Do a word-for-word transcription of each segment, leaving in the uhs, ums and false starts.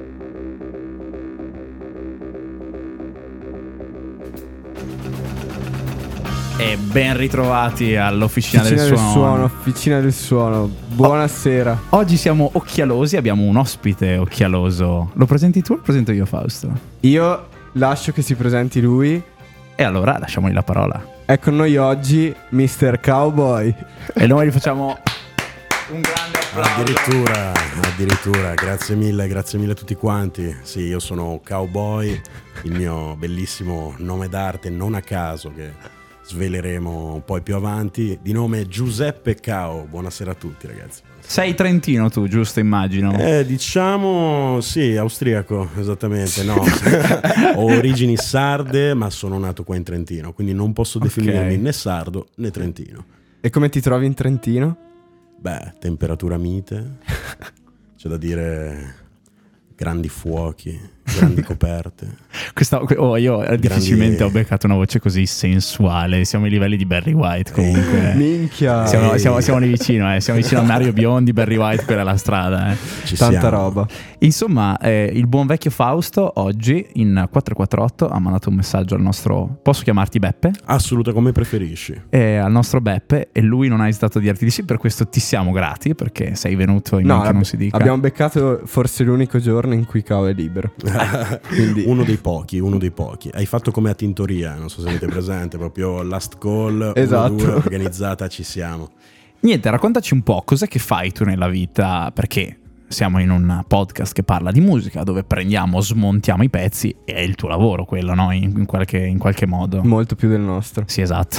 E ben ritrovati all'Officina Officina del, del suono. suono. Officina del suono. Buonasera. O- oggi siamo occhialosi, abbiamo un ospite occhialoso. Lo presenti tu o lo presento io, Fausto? Io lascio che si presenti lui. E allora lasciamogli la parola. È con noi oggi mister Cowboy. E noi gli facciamo un grande applauso. Addirittura, addirittura, grazie mille, grazie mille a tutti quanti. Sì, io sono Cowboy, il mio bellissimo nome d'arte, non a caso, che sveleremo poi più avanti, di nome Giuseppe Cao. Buonasera a tutti, ragazzi. Sei trentino tu, giusto, immagino? Eh, diciamo, sì, austriaco, esattamente, no. Ho origini sarde, ma sono nato qua in Trentino, quindi non posso definirmi Ok. né sardo né trentino. E come ti trovi in Trentino? Beh, temperatura mite, c'è da dire grandi fuochi, grandi coperte. Questa, oh, io difficilmente ho beccato una voce così sensuale. Siamo ai livelli di Barry White comunque. Minchia. Siamo, siamo, siamo lì vicino, eh. Siamo vicino a Mario Biondi, Barry White, quella è la strada. Eh. Ci Tanta siamo. roba. Insomma, eh, il buon vecchio Fausto oggi in quattro quattro otto ha mandato un messaggio al nostro... Posso chiamarti Beppe? Assoluta, come preferisci. Eh, al nostro Beppe, e lui non ha esitato a dirti di sì. Per questo ti siamo grati, perché sei venuto in No, men che non ab- si dica. abbiamo beccato forse l'unico giorno in cui Cao è libero. Quindi Uno dei pochi, uno dei pochi. Hai fatto come a Tintoria, non so se avete presente, proprio last call, Esatto. uno, due, organizzata, ci siamo. Niente, raccontaci un po' cos'è che fai tu nella vita, perché siamo in un podcast che parla di musica, dove prendiamo, smontiamo i pezzi, e è il tuo lavoro quello, no? In, in qualche, in qualche modo. molto più del nostro. Sì, esatto.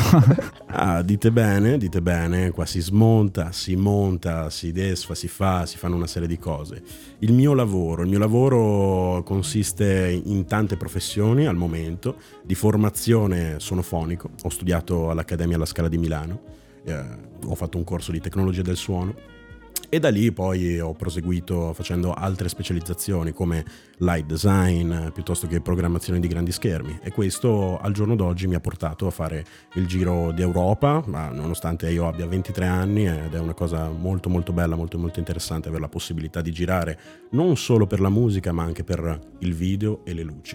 Ah, dite bene, dite bene, qua si smonta, si monta, si desfa, si fa, si fanno una serie di cose. Il mio lavoro, il mio lavoro consiste in tante professioni al momento. Di formazione sono fonico, ho studiato all'Accademia alla Scala di Milano, eh, ho fatto un corso di tecnologia del suono e da lì poi ho proseguito facendo altre specializzazioni come light design piuttosto che programmazione di grandi schermi, e questo al giorno d'oggi mi ha portato a fare il giro d'Europa, ma nonostante io abbia ventitré anni, ed è una cosa molto molto bella, molto molto interessante avere la possibilità di girare non solo per la musica ma anche per il video e le luci.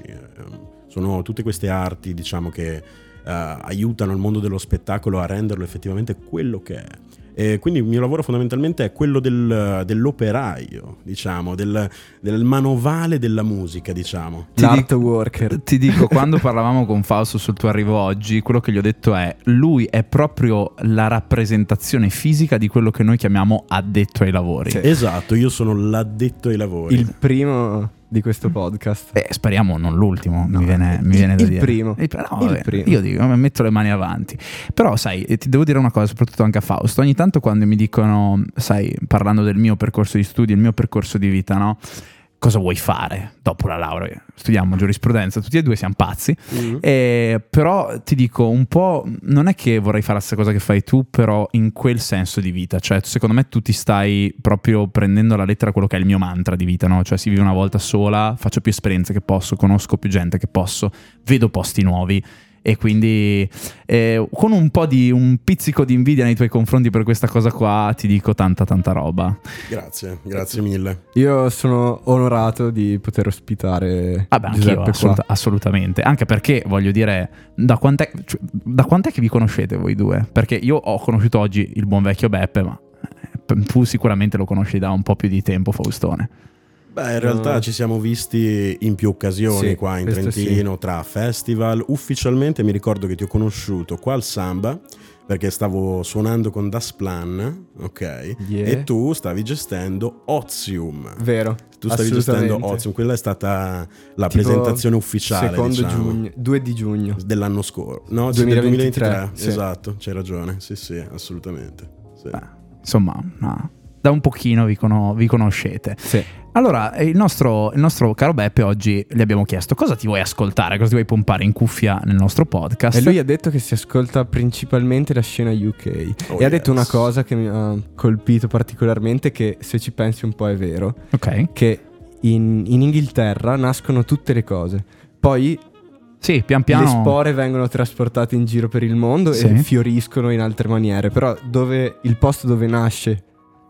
Sono tutte queste arti, diciamo, che uh, aiutano il mondo dello spettacolo a renderlo effettivamente quello che è. E quindi il mio lavoro fondamentalmente è quello del, dell'operaio, diciamo, del, del manovale della musica, diciamo. Ti L'art dico- worker. Ti dico, quando parlavamo con Fausto sul tuo arrivo oggi, quello che gli ho detto è: lui è proprio la rappresentazione fisica di quello che noi chiamiamo addetto ai lavori. Sì. Esatto, io sono l'addetto ai lavori. Il primo di questo podcast. Eh, speriamo non l'ultimo, No, mi viene, mi il- viene da il dire. primo. Il, no, Il vabbè, primo. Io dico, metto le mani avanti. Però sai, eh, ti devo dire una cosa, soprattutto anche a Fausto. Ogni tanto quando mi dicono, sai, parlando del mio percorso di studi, il mio percorso di vita, no? Cosa vuoi fare dopo la laurea? Studiamo giurisprudenza, tutti e due siamo pazzi. Mm. Eh, però ti dico un po', non è che vorrei fare la stessa cosa che fai tu, però in quel senso di vita, cioè secondo me tu ti stai proprio prendendo alla lettera quello che è il mio mantra di vita, no? Cioè si vive una volta sola, faccio più esperienze che posso, conosco più gente che posso, vedo posti nuovi, e quindi eh, con un po' di un pizzico di invidia nei tuoi confronti per questa cosa qua ti dico tanta tanta roba. Grazie, grazie mille. Io sono onorato di poter ospitare Vabbè, anch'io, Giuseppe assoluta- qua. assolutamente. Anche perché, voglio dire, da quant'è, cioè, da quant'è che vi conoscete voi due? Perché io ho conosciuto oggi il buon vecchio Beppe, ma eh, tu sicuramente lo conosci da un po' più di tempo, Faustone. Beh, in realtà No. ci siamo visti in più occasioni Sì, qua in questo Trentino, tra festival. Ufficialmente mi ricordo che ti ho conosciuto qua al Samba, perché stavo suonando con Das Plan, ok? Yeah. E tu stavi gestendo Ozium. Vero. Tu stavi gestendo assolutamente. Ozium, quella è stata la Tipo presentazione ufficiale, Secondo diciamo, giugno, due di giugno. dell'anno scorso. No, duemilaventitré, del duemilaventitré, sì. esatto, c'hai ragione, sì sì, assolutamente. Sì. Beh, insomma, no, da un pochino vi, cono- vi conoscete. Sì. Allora, il nostro, il nostro caro Beppe oggi gli abbiamo chiesto cosa ti vuoi ascoltare, cosa ti vuoi pompare in cuffia nel nostro podcast. E lui ha detto che si ascolta principalmente la scena U K. Oh, e ha detto yes. una cosa che mi ha colpito particolarmente, che se ci pensi un po' è vero, Ok. che in, in Inghilterra nascono tutte le cose. Poi Sì, pian piano. le spore vengono trasportate in giro per il mondo Sì. e fioriscono in altre maniere. Però dove il posto dove nasce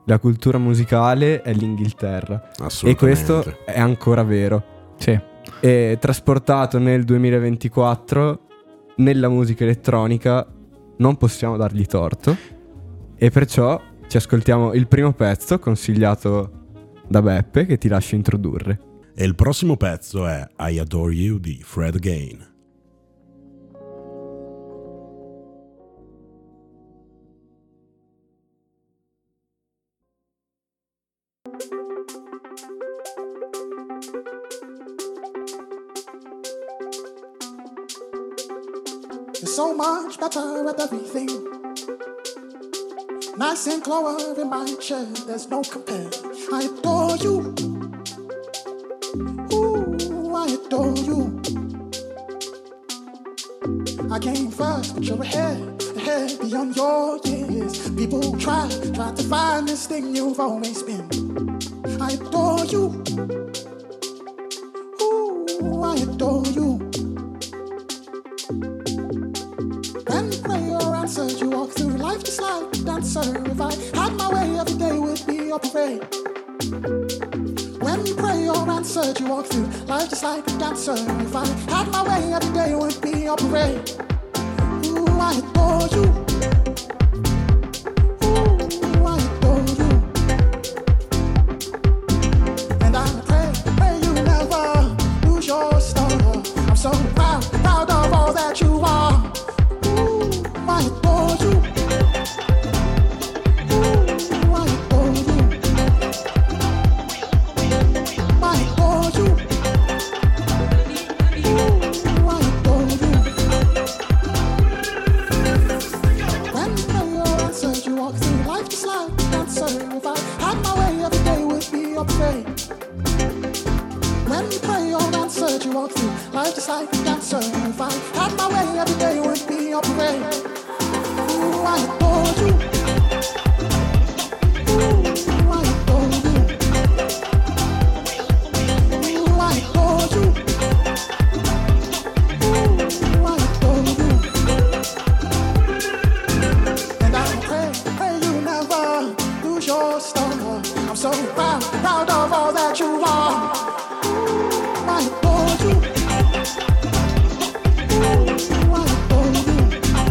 la cultura musicale è l'Inghilterra. Assolutamente. E questo è ancora vero. Sì. E trasportato nel duemilaventiquattro nella musica elettronica non possiamo dargli torto, e perciò ci ascoltiamo il primo pezzo consigliato da Beppe, che ti lascio introdurre. E il prossimo pezzo è I Adore You di Fred Again. You're so much better at everything. Nice and clover in my chair, there's no compare. I adore you. Ooh, I adore you. I came first, but you're ahead, ahead beyond your years. People try, try to find this thing you've always been. I adore you. Ooh, I adore you. When prayer answered, you walk through life just like a dancer. If I had my way, every day would be a parade. When prayer answered, you walk through life just like a dancer. If I had my way, every day would be a parade. Ooh, I adore you. Ooh, I adore you. And I pray, pray you never lose your star. I'm so proud, proud of all that you are. I adore you. Ooh, I adore you. I adore you. Ooh, I adore you. When prayer answered, you walk through life just like a dancer. If I had my way, every day would be a parade. When prayer answered, you walk through life just like a dancer. If I had my way, every day would be a parade. Ooh, I adore you. Ooh, I adore you. Ooh, I adore you. Ooh, I adore you. And I pray, pray you never lose your star. I'm so proud, proud of all that you are. Ooh, I adore you. Ooh, I adore you.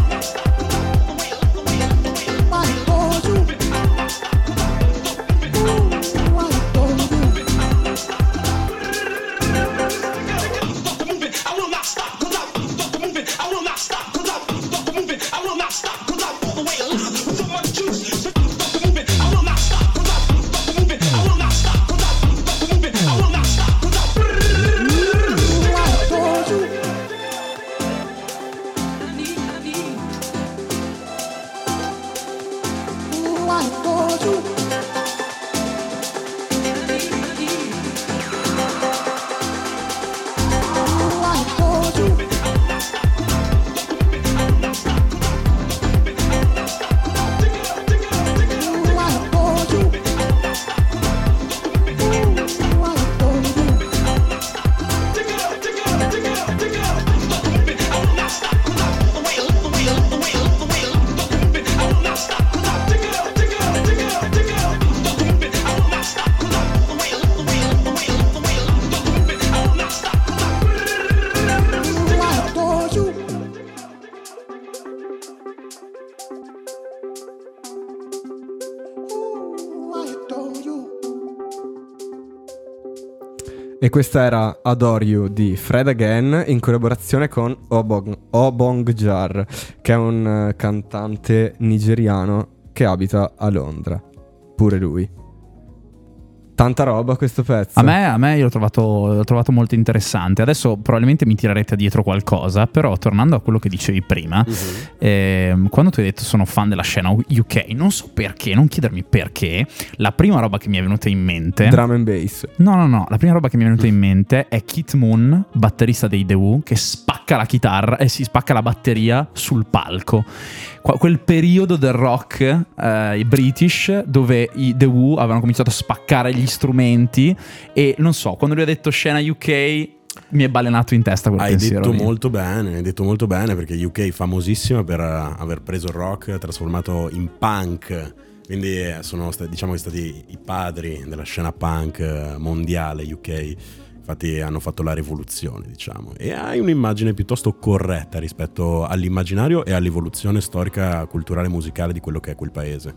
E questa era Adore You di Fred Again in collaborazione con Obong, Obong Jar, che è un uh, cantante nigeriano che abita a Londra. Pure lui. Tanta roba questo pezzo. A me, a me io l'ho trovato, l'ho trovato molto interessante. Adesso probabilmente mi tirerete dietro qualcosa, però tornando a quello che dicevi prima, uh-huh. eh, quando tu hai detto sono fan della scena U K, non so perché, non chiedermi perché, la prima roba che mi è venuta in mente... Drum and bass. No, no, no, la prima roba che mi è venuta in mente è Keith Moon, batterista dei The Who, che spacca la chitarra e si spacca la batteria sul palco. Quel periodo del rock eh, British dove i The Who avevano cominciato a spaccare gli strumenti, e non so, quando lui ha detto scena U K mi è balenato in testa quel hai pensiero. Detto lì. molto bene, hai detto molto bene, perché U K è famosissima per uh, aver preso il rock, trasformato in punk Quindi eh, sono stati, diciamo che stati i padri della scena punk eh, mondiale U K. Infatti hanno fatto la rivoluzione, diciamo, e hai un'immagine piuttosto corretta rispetto all'immaginario e all'evoluzione storica, culturale, musicale di quello che è quel paese.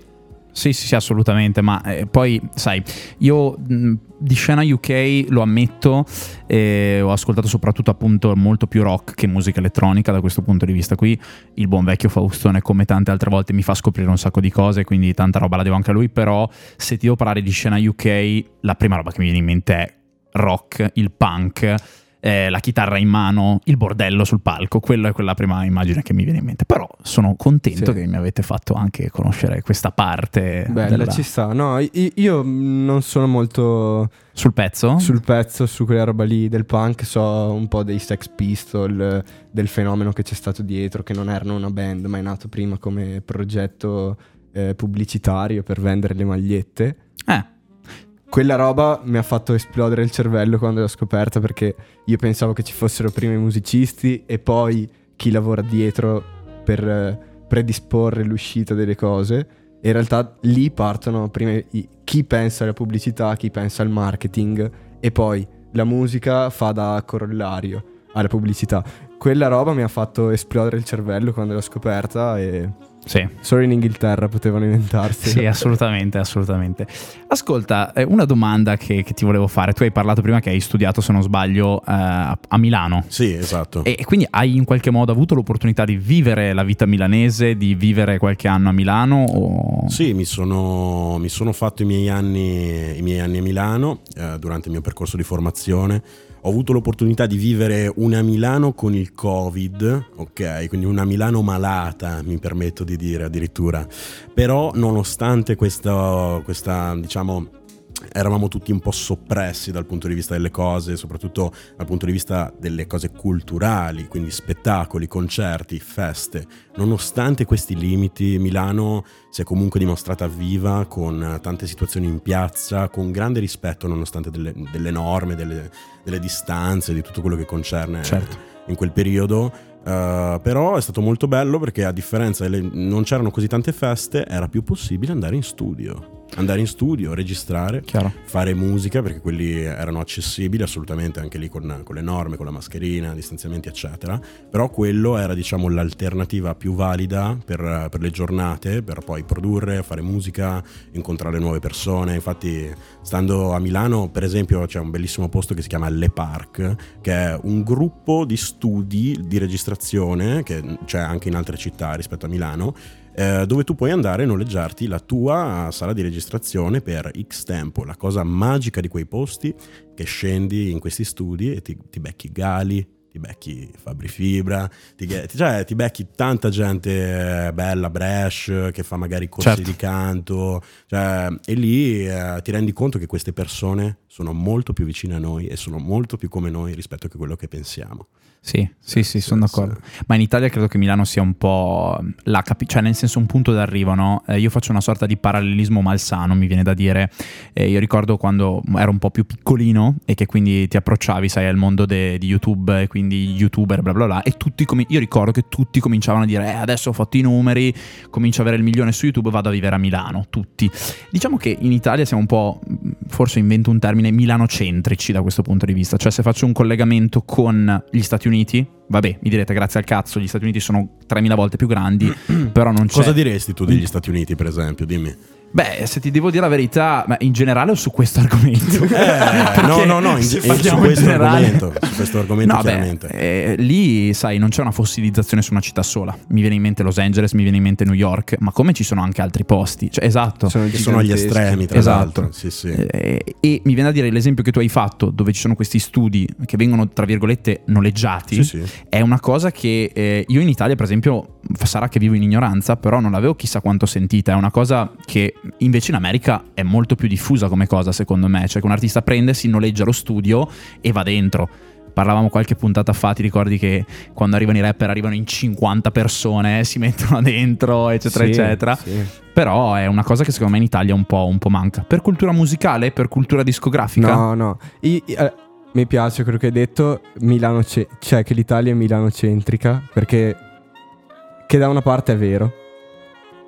Sì, sì, sì, assolutamente, ma eh, poi, sai, io mh, di scena U K, lo ammetto, eh, ho ascoltato soprattutto appunto molto più rock che musica elettronica. Da questo punto di vista qui il buon vecchio Faustone, come tante altre volte, mi fa scoprire un sacco di cose, quindi tanta roba la devo anche a lui. Però se ti devo parlare di scena U K, la prima roba che mi viene in mente è rock, il punk, eh, la chitarra in mano, il bordello sul palco. Quella è quella prima immagine che mi viene in mente. Però sono contento sì. che mi avete fatto anche conoscere questa parte. Bella, della... ci sta. No, io, io non sono molto sul pezzo? Sul pezzo, su quella roba lì del punk. So un po' dei Sex Pistol, del fenomeno che c'è stato dietro, che non erano una band, ma è nato prima come progetto eh, pubblicitario per vendere le magliette. Eh Quella roba mi ha fatto esplodere il cervello quando l'ho scoperta, perché io pensavo che ci fossero prima i musicisti e poi chi lavora dietro per eh, predisporre l'uscita delle cose. E in realtà lì partono prima i, chi pensa alla pubblicità, chi pensa al marketing, e poi la musica fa da corollario alla pubblicità. Quella roba mi ha fatto esplodere il cervello quando l'ho scoperta, e sì. Solo in Inghilterra potevano inventarsi. Sì, assolutamente, assolutamente. Ascolta, eh, una domanda che, che ti volevo fare. Tu hai parlato prima che hai studiato, se non sbaglio, eh, a Milano. Sì, esatto. E, e quindi hai in qualche modo avuto l'opportunità di vivere la vita milanese, di vivere qualche anno a Milano? O... Sì, mi sono, mi sono fatto i miei anni, i miei anni a Milano eh, durante il mio percorso di formazione. Ho avuto l'opportunità di vivere una Milano con il Covid, ok? Quindi una Milano malata, mi permetto di dire addirittura. Però nonostante questa, questa diciamo, eravamo tutti un po' soppressi dal punto di vista delle cose, soprattutto dal punto di vista delle cose culturali, quindi spettacoli, concerti, feste. Nonostante questi limiti, Milano si è comunque dimostrata viva, con tante situazioni in piazza, con grande rispetto nonostante delle, delle norme, delle, delle distanze, di tutto quello che concerne certo. in quel periodo. Uh, però è stato molto bello perché, a differenza delle, non c'erano così tante feste, era più possibile andare in studio. Andare in studio, registrare, Chiaro. fare musica, perché quelli erano accessibili assolutamente, anche lì con, con le norme, con la mascherina, distanziamenti eccetera. Però quello era, diciamo, l'alternativa più valida per, per le giornate, per poi produrre, fare musica, incontrare nuove persone. Infatti, stando a Milano, per esempio, c'è un bellissimo posto che si chiama Le Parc, che è un gruppo di studi di registrazione che c'è anche in altre città rispetto a Milano, Eh, dove tu puoi andare e noleggiarti la tua sala di registrazione per X tempo. La cosa magica di quei posti, che scendi in questi studi e ti, ti becchi Gali, ti becchi Fabri Fibra, ti, cioè, ti becchi tanta gente bella, Bresh, che fa magari corsi certo. di canto, cioè, e lì eh, ti rendi conto che queste persone sono molto più vicine a noi e sono molto più come noi rispetto a quello che pensiamo. Sì, sì, sì, sono d'accordo. Ma in Italia credo che Milano sia un po' la capi- cioè nel senso un punto d'arrivo, no? Eh, io faccio una sorta di parallelismo malsano, mi viene da dire. Eh, io ricordo quando ero un po' più piccolino e che quindi ti approcciavi, sai, al mondo de- di YouTube, e quindi YouTuber, bla bla bla, e tutti com- io ricordo che tutti cominciavano a dire eh, adesso ho fatto i numeri, comincio a avere il milione su YouTube, vado a vivere a Milano, tutti. Diciamo che in Italia siamo un po', forse invento un termine, milanocentrici da questo punto di vista. Cioè, se faccio un collegamento con gli Stati Uniti, vabbè, mi direte grazie al cazzo, gli Stati Uniti sono tremila volte più grandi, però non c'è... Cosa diresti tu degli Stati Uniti, per esempio? Dimmi. Beh, se ti devo dire la verità, ma in generale o su questo argomento? Eh, no, no, no, in, se in, su parliamo questo in generale... argomento, su questo argomento no, chiaramente. Beh, eh, lì, sai, non c'è una fossilizzazione su una città sola. Mi viene in mente Los Angeles, mi viene in mente New York, ma come ci sono anche altri posti. Cioè, esatto. Sono, che sono agli estremi, tra esatto. l'altro. Sì, sì. Eh, e mi viene da dire l'esempio che tu hai fatto, dove ci sono questi studi che vengono, tra virgolette, noleggiati. Sì, sì. È una cosa che eh, io in Italia, per esempio, sarà che vivo in ignoranza, però non l'avevo chissà quanto sentita. È una cosa che invece in America è molto più diffusa come cosa, secondo me. Cioè che un artista prende, si noleggia lo studio e va dentro. Parlavamo qualche puntata fa, ti ricordi che quando arrivano i rapper arrivano in cinquanta persone, si mettono dentro, eccetera, sì, eccetera. Sì. Però è una cosa che secondo me in Italia un po', un po' manca. Per cultura musicale, per cultura discografica? No, no. I, i, eh, mi piace quello che hai detto, Milano ce- cioè che l'Italia è milanocentrica, perché che da una parte è vero.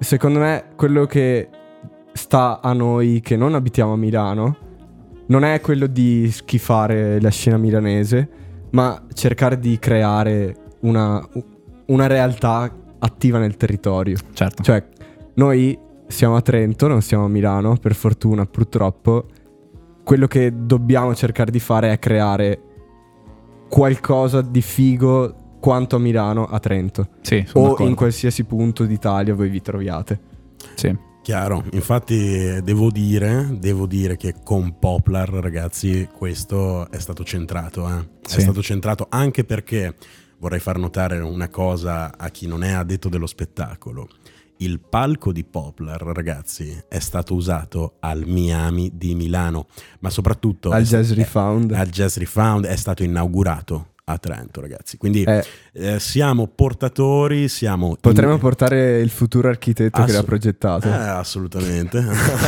secondo me quello che sta a noi che non abitiamo a Milano non è quello di schifare la scena milanese, ma cercare di creare una, una realtà attiva nel territorio. Certo. Cioè, noi siamo a Trento, non siamo a Milano, per fortuna, purtroppo. Quello che dobbiamo cercare di fare è creare qualcosa di figo quanto a Milano, a Trento. Sì, sono o d'accordo. in qualsiasi punto d'Italia voi vi troviate. Sì. Chiaro, infatti devo dire, devo dire che con Poplar, ragazzi, questo è stato centrato, eh? Sì. È stato centrato anche perché vorrei far notare una cosa a chi non è addetto dello spettacolo. Il palco di Poplar, ragazzi, è stato usato al Miami di Milano, ma soprattutto Al è- Jazz è- Refound. al Jazz Refound è stato inaugurato a Trento, ragazzi. Quindi Eh, eh, siamo portatori, siamo potremmo in- portare il futuro architetto che l'ha Assu- progettato. Eh, assolutamente.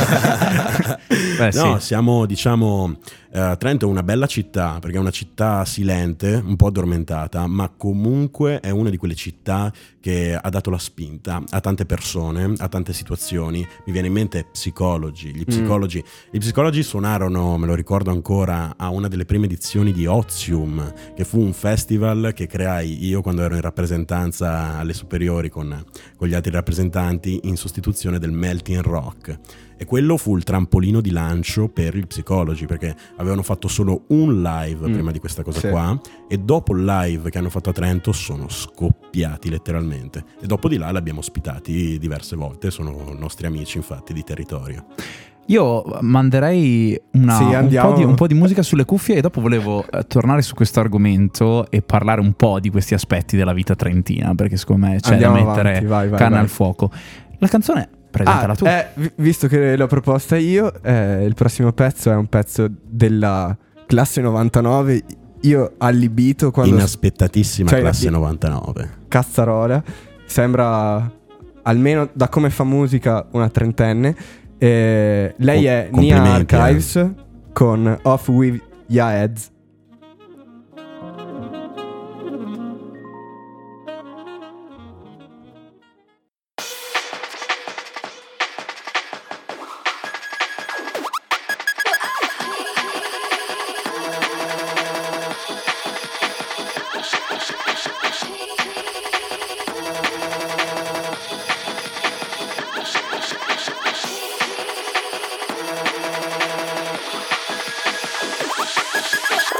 Beh, No, sì. siamo, diciamo, eh, Trento è una bella città perché è una città silente, un po' addormentata, ma comunque è una di quelle città che ha dato la spinta a tante persone, a tante situazioni. Mi viene in mente psicologi, gli psicologi. Gli psicologi suonarono, me lo ricordo ancora, a una delle prime edizioni di Ozium, che fu un festival che creai io quando ero in rappresentanza alle superiori con, con gli altri rappresentanti in sostituzione del Melting Rock. E quello fu il trampolino di lancio per gli psicologi, perché avevano fatto solo un live Mm, prima di questa cosa sì. qua, e dopo il live che hanno fatto a Trento sono scoppiati letteralmente, e dopo di là li abbiamo ospitati diverse volte, sono nostri amici infatti di territorio. Io manderei una- Sì, un, andiamo. po di, un po' di musica sulle cuffie e dopo volevo eh, tornare su questo argomento e parlare un po' di questi aspetti della vita trentina, perché secondo me c'è Andiamo da mettere avanti, vai, vai, canna vai. al fuoco. La canzone, presentala Ah, tu. eh, vi- visto che l'ho proposta io, eh, il prossimo pezzo è un pezzo della classe novantanove. Io allibito quando Inaspettatissima Cioè, classe i- novantanove. Cazzarola sembra, almeno da come fa musica, una trentenne. Eh, lei Com- è Nia complimenti, eh. Archives con Off With Ya Heads. We'll be right back.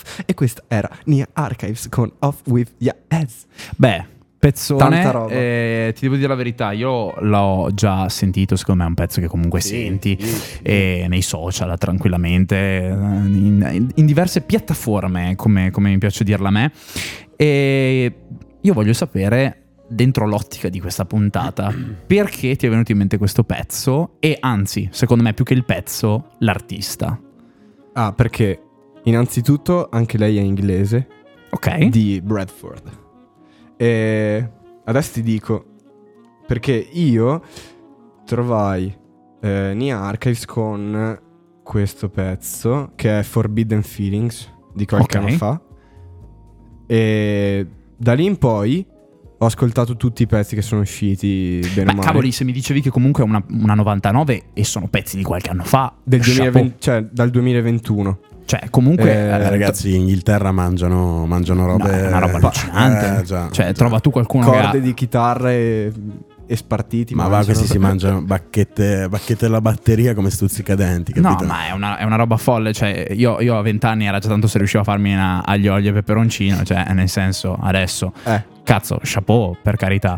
Off. E questa era Nia Archives con Off With Ya Ass. Beh, pezzone, Tanta roba. eh, ti devo dire la verità, io l'ho già sentito, secondo me è un pezzo che comunque Sì, senti sì, sì. E nei social tranquillamente, in, in diverse piattaforme, come, come mi piace dirla a me. E io voglio sapere, dentro l'ottica di questa puntata, perché ti è venuto in mente questo pezzo e anzi, secondo me più che il pezzo, l'artista. Ah, perché innanzitutto anche lei è inglese, Ok. di Bradford. E adesso ti dico perché io trovai eh, Nia Archives con questo pezzo che è Forbidden Feelings di qualche Ok. anno fa, e da lì in poi ho ascoltato tutti i pezzi che sono usciti bene o Beh, male. cavoli, se mi dicevi che comunque è una, una novantanove e sono pezzi di qualche anno fa, del chapeau. duemilaventi, cioè dal duemilaventuno. Cioè, comunque, Eh, Eh, ragazzi, in Inghilterra mangiano, mangiano robe. no, è una roba allucinante. Eh, già, cioè, già. trova tu qualcuno Corde che ha... di chitarra e, e spartiti. Ma va, mangiano. questi si mangiano bacchette, bacchette alla batteria come stuzzicadenti, No, capito? ma è una, è una roba folle. Cioè, io, io a vent'anni era già tanto se riuscivo a farmi una aglio, olio e peperoncino. Cioè, nel senso, adesso, Eh, cazzo, chapeau, per carità.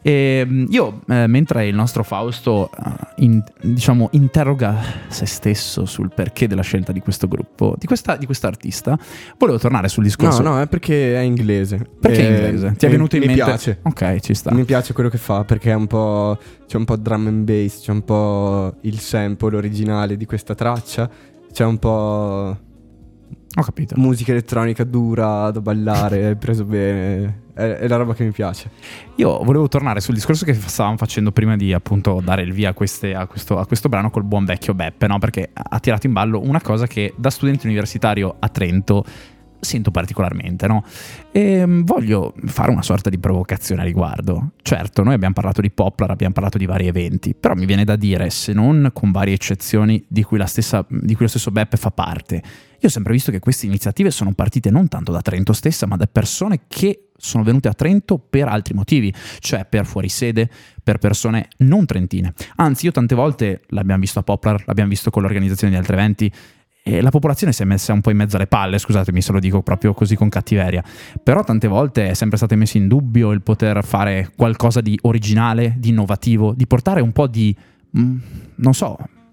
E io, eh, mentre il nostro Fausto, eh, in- diciamo, interroga se stesso sul perché della scelta di questo gruppo, di questa di quest'artista, volevo tornare sul discorso. no, no, è perché è inglese. Perché è E- inglese? Ti è e venuto in mi mente? piace. Ok, ci sta. Mi piace quello che fa perché è un po'. C'è un po' drum and bass, c'è un po' il sample originale di questa traccia, c'è un po' Ho capito. musica elettronica dura da ballare, è preso bene. È, è la roba che mi piace. Io volevo tornare sul discorso che stavamo facendo prima di appunto dare il via a, queste- a questo, a questo brano col buon vecchio Beppe, no? Perché ha tirato in ballo una cosa che da studente universitario a Trento sento particolarmente, no? E mm, voglio fare una sorta di provocazione a riguardo. Certo, noi abbiamo parlato di Poplar, abbiamo parlato di vari eventi, però mi viene da dire, se non con varie eccezioni di cui, la stessa, di cui lo stesso Beppe fa parte, io ho sempre visto che queste iniziative sono partite non tanto da Trento stessa, ma da persone che sono venute a Trento per altri motivi, cioè per fuorisede, per persone non trentine. Anzi, io tante volte l'abbiamo visto a Poplar, l'abbiamo visto con l'organizzazione di altri eventi, e la popolazione si è messa un po' in mezzo alle palle, scusatemi se lo dico proprio così con cattiveria, però tante volte è sempre stato messo in dubbio il poter fare qualcosa di originale, di innovativo, di portare un po' di, mm, non so,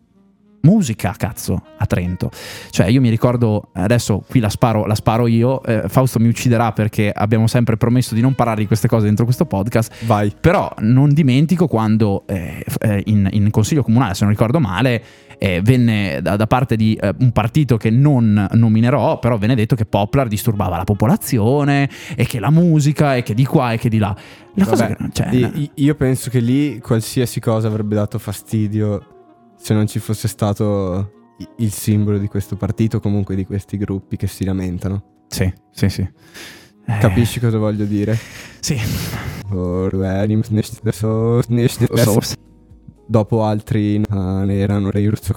musica, cazzo, a Trento. Cioè, io mi ricordo, adesso qui la sparo, la sparo io, eh, Fausto mi ucciderà perché abbiamo sempre promesso di non parlare di queste cose dentro questo podcast, Vai. però non dimentico quando eh, f- eh, in, in consiglio comunale, se non ricordo male, eh, venne da, da parte di eh, un partito che non nominerò, però venne detto che Poplar disturbava la popolazione e che la musica e che di qua e che di là. La cosa Vabbè, che, cioè, i- io penso che lì qualsiasi cosa avrebbe dato fastidio se non ci fosse stato i- il simbolo di questo partito, comunque di questi gruppi che si lamentano. sì, sì, sì. Eh, Capisci cosa voglio dire? Sì. So- Dopo altri ah, ne erano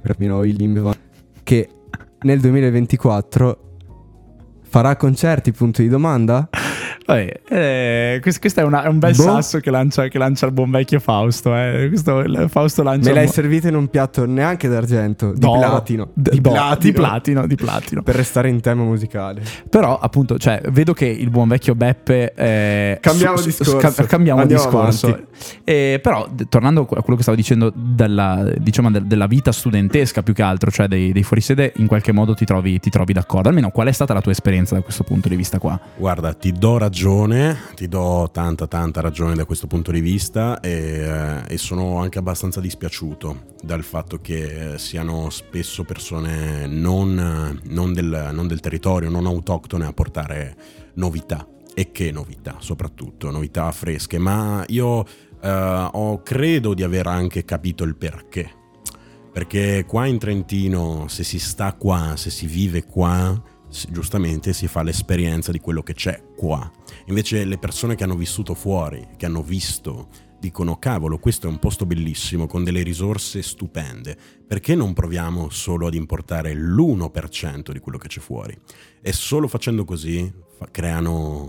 che nel duemilaventiquattro farà concerti, punto di domanda? Vabbè, eh, questo, questo è, una- è un bel Boh. sasso che lancia, che lancia il buon vecchio Fausto. Eh. Questo, il Fausto lancia Me l'hai un- servita in un piatto neanche d'argento, di d'oro. platino. D- di d'oro. platino. Di platino, di platino. Per restare in tema musicale. Però, appunto, cioè, vedo che il buon vecchio Beppe. eh, Cambiamo su- su- discorso. sca- cambiamo Andiamo discorso. avanti. Eh, però, d- tornando a quello che stavo dicendo della, diciamo, del- della vita studentesca più che altro, cioè dei, dei fuorisede, in qualche modo ti trovi, ti trovi d'accordo. Almeno, qual è stata la tua esperienza da questo punto di vista qua? Guarda, ti do ragione, ti do tanta tanta ragione da questo punto di vista e, eh, e sono anche abbastanza dispiaciuto dal fatto che eh, siano spesso persone non, eh, non, del, non del territorio, non autoctone a portare novità. E che novità, soprattutto, novità fresche. Ma io eh, ho, credo di aver anche capito il perché. Perché qua in Trentino, se si sta qua, se si vive qua, si- giustamente si fa l'esperienza di quello che c'è qua. Invece le persone che hanno vissuto fuori, che hanno visto, dicono cavolo, questo è un posto bellissimo con delle risorse stupende, perché non proviamo solo ad importare l'uno per cento di quello che c'è fuori? E solo facendo così fa- creano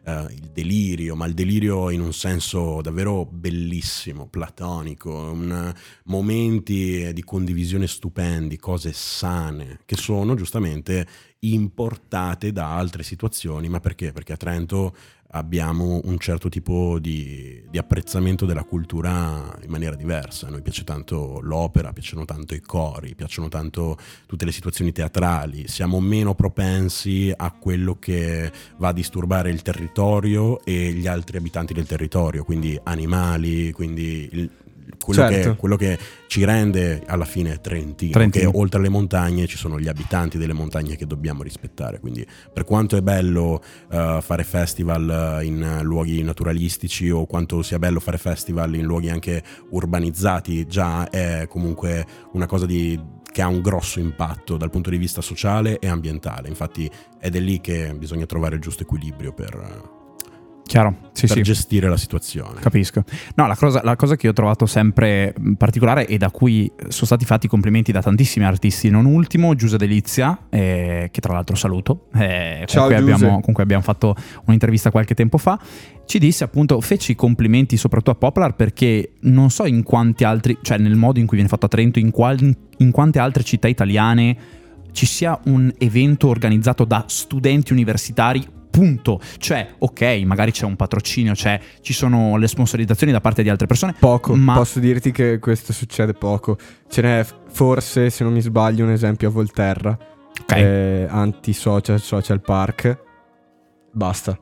uh, il delirio, ma il delirio in un senso davvero bellissimo, platonico, un, momenti di condivisione stupendi, cose sane, che sono giustamente importate da altre situazioni. Ma perché? Perché a Trento abbiamo un certo tipo di, di apprezzamento della cultura in maniera diversa. A noi piace tanto l'opera, piacciono tanto i cori, piacciono tanto tutte le situazioni teatrali, siamo meno propensi a quello che va a disturbare il territorio e gli altri abitanti del territorio, quindi animali, quindi il, quello, certo. che, quello che ci rende alla fine Trentino, Trentino, che oltre alle montagne ci sono gli abitanti delle montagne che dobbiamo rispettare. Quindi per quanto è bello uh, fare festival in luoghi naturalistici, o quanto sia bello fare festival in luoghi anche urbanizzati, già è comunque una cosa di, che ha un grosso impatto dal punto di vista sociale e ambientale. Infatti ed è lì che bisogna trovare il giusto equilibrio per... Chiaro, sì, per sì. gestire la situazione. Capisco. No, la cosa, la cosa che io ho trovato sempre particolare e da cui sono stati fatti complimenti da tantissimi artisti, non ultimo Giuse Delizia, eh, che tra l'altro saluto, eh, Ciao, con, cui Giuse. abbiamo, con cui abbiamo fatto un'intervista qualche tempo fa, ci disse appunto, feci i complimenti soprattutto a Poplar, perché non so in quanti altri, cioè nel modo in cui viene fatto a Trento, in, quali, in quante altre città italiane ci sia un evento organizzato da studenti universitari, punto. Cioè, ok, magari c'è un patrocinio, c'è, ci sono le sponsorizzazioni da parte di altre persone. Poco, ma... posso dirti che questo succede poco. Ce n'è forse, se non mi sbaglio, un esempio a Volterra, Ok. eh, anti-social, social park. Basta.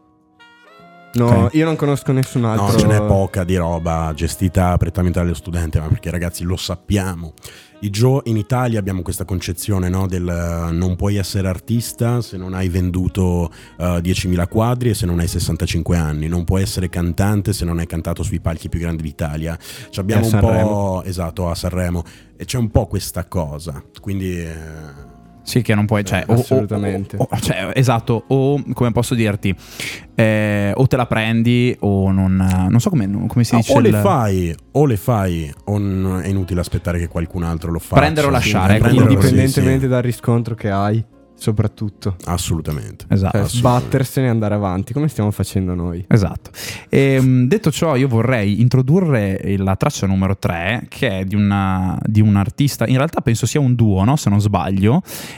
No, Ok. io non conosco nessun altro. No, ce n'è poca di roba gestita prettamente dallo studente, ma perché ragazzi lo sappiamo. I Gio, in Italia abbiamo questa concezione, no, del uh, non puoi essere artista se non hai venduto uh, diecimila quadri e se non hai sessantacinque anni, non puoi essere cantante se non hai cantato sui palchi più grandi d'Italia. Ci abbiamo E a un Sanremo. po', esatto, a Sanremo, e c'è un po' questa cosa, quindi... Uh, Sì, che non puoi, cioè, o- assolutamente. o- o- cioè, esatto, o come posso dirti, eh, o te la prendi o non, non so come, come si Ah, dice. o le il- fai, o le fai, o n- è inutile aspettare che qualcun altro lo faccia. Prendere o lasciare, Sì, ecco. prendere o- Indipendentemente sì, sì. dal riscontro che hai, soprattutto. Assolutamente. Esatto. Cioè, assolutamente. sbattersene e andare avanti, come stiamo facendo noi. Esatto. E, detto ciò, io vorrei introdurre la traccia numero tre, che è di, una, di un artista, in realtà penso sia un duo, no? Se non sbaglio,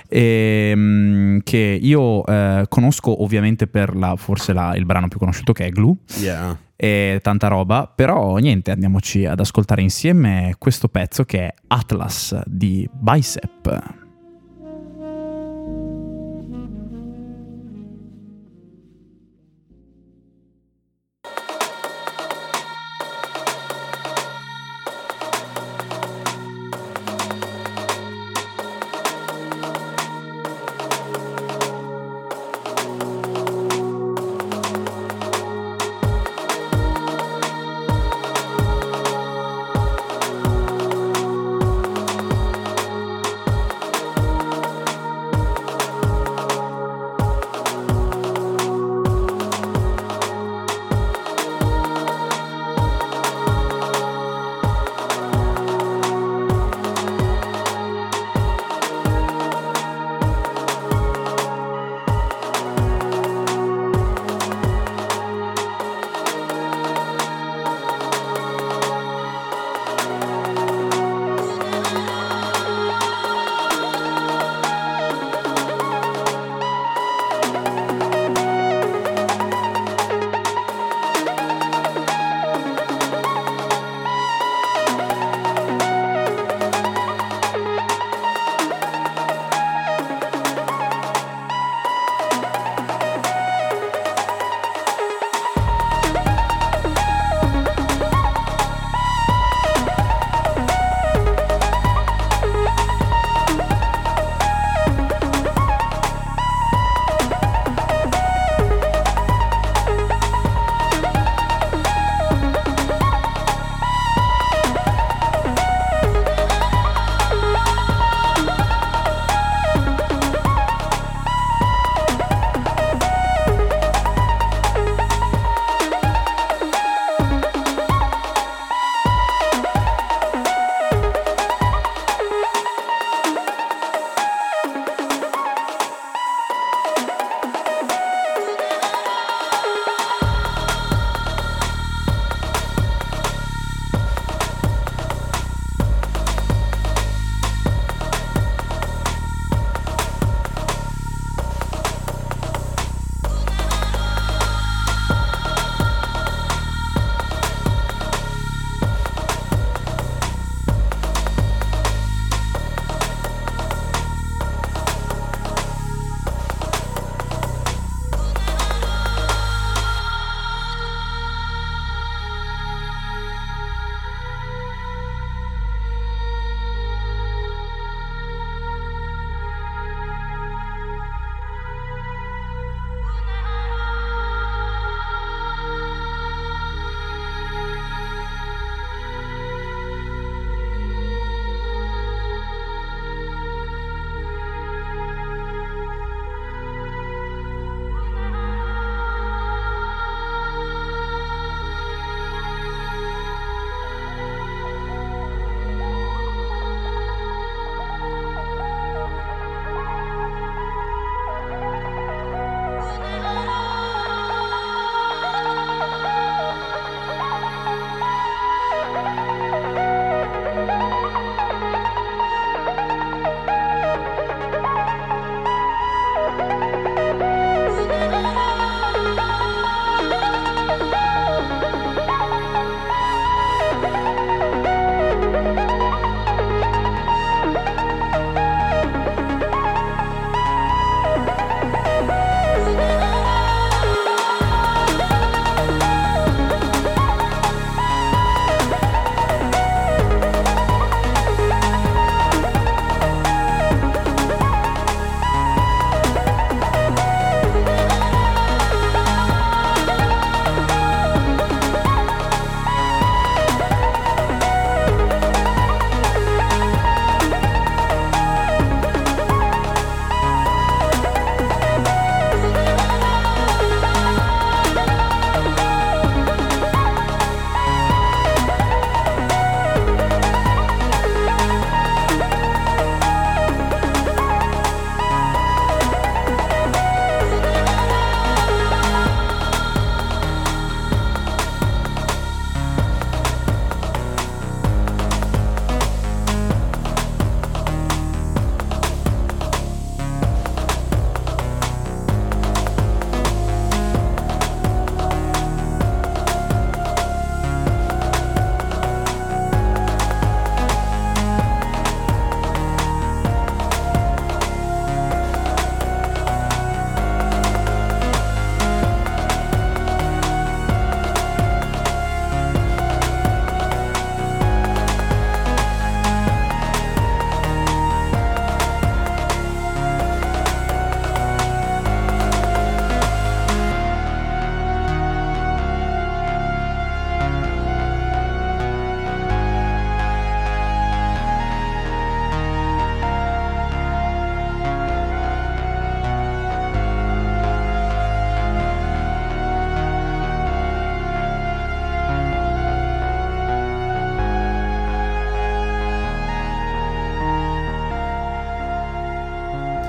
ehm, che io eh, conosco ovviamente per la, forse la, il brano più conosciuto, che è Glue, Yeah. e tanta roba, però niente, andiamoci ad ascoltare insieme questo pezzo che è Atlas di Bicep. Thank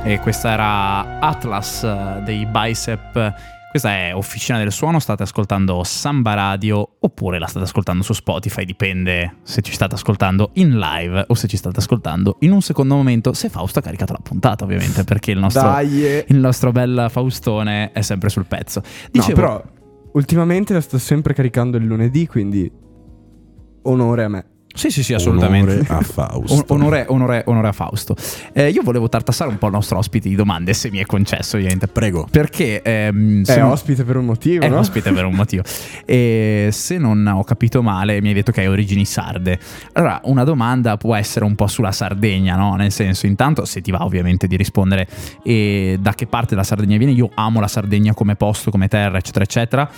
e questa era Atlas eh, dei Bicep. Questa è Officina del Suono, state ascoltando Samba Radio oppure la state ascoltando su Spotify, dipende se ci state ascoltando in live o se ci state ascoltando in un secondo momento, se Fausto ha caricato la puntata ovviamente, perché il nostro, Dai. il nostro bel Faustone è sempre sul pezzo. Dicevo, No, però ultimamente la sto sempre caricando il lunedì, quindi onore a me. Sì, sì, sì, assolutamente. Onore a Fausto. On- onore, onore, onore a Fausto. Eh, io volevo tartassare un po' il nostro ospite di domande, se mi è concesso, ovviamente. Prego. Perché ehm, È se non- ospite per un motivo, è no? ospite per un motivo. E se non ho capito male, mi hai detto che hai origini sarde. Allora, una domanda può essere un po' sulla Sardegna, no? Nel senso, intanto, se ti va ovviamente di rispondere e da che parte della Sardegna viene. Io amo la Sardegna come posto, come terra, eccetera, eccetera.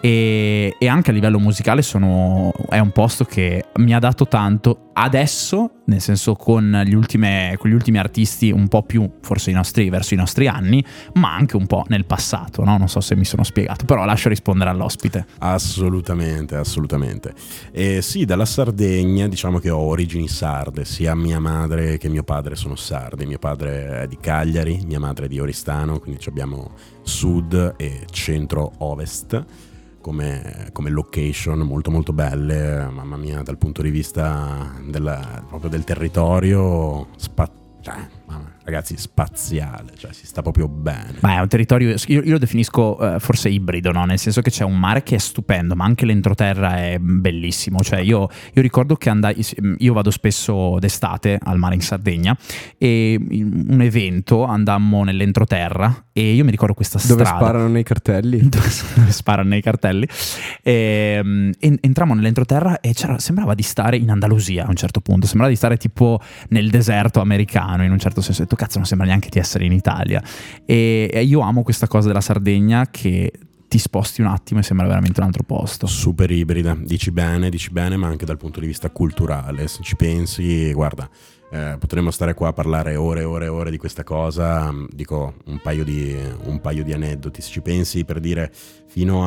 E, e anche a livello musicale sono, è un posto che mi ha dato tanto adesso, nel senso con gli, ultime, con gli ultimi artisti un po' più forse i nostri, verso i nostri anni, ma anche un po' nel passato, no? Non so se mi sono spiegato, però lascio rispondere all'ospite. Assolutamente, assolutamente. E sì, dalla Sardegna diciamo che ho origini sarde, sia mia madre che mio padre sono sardi. Mio padre è di Cagliari, mia madre è di Oristano, quindi abbiamo sud e centro-ovest come, come location molto molto belle, mamma mia, dal punto di vista della, proprio del territorio, spa- cioè, mamma, ragazzi, spaziale, cioè si sta proprio bene. Ma è un territorio, io, io lo definisco eh, forse ibrido, no? Nel senso che c'è un mare che è stupendo, ma anche l'entroterra è bellissimo. Cioè io, io ricordo che andai, io vado spesso d'estate al mare in Sardegna e in un evento andammo nell'entroterra e io mi ricordo questa Dove strada sparano nei cartelli. dove sparano nei cartelli e, e entrammo nell'entroterra e c'era, sembrava di stare in Andalusia a un certo punto, sembrava di stare tipo nel deserto americano in un certo senso. Ho detto, cazzo, non sembra neanche di essere in Italia. E, e io amo questa cosa della Sardegna, che ti sposti un attimo e sembra veramente un altro posto. Super ibrida, dici bene, dici bene, ma anche dal punto di vista culturale, se ci pensi, guarda, eh, potremmo stare qua a parlare ore e ore e ore di questa cosa. Dico un paio di, un paio di aneddoti, se ci pensi, per dire, fino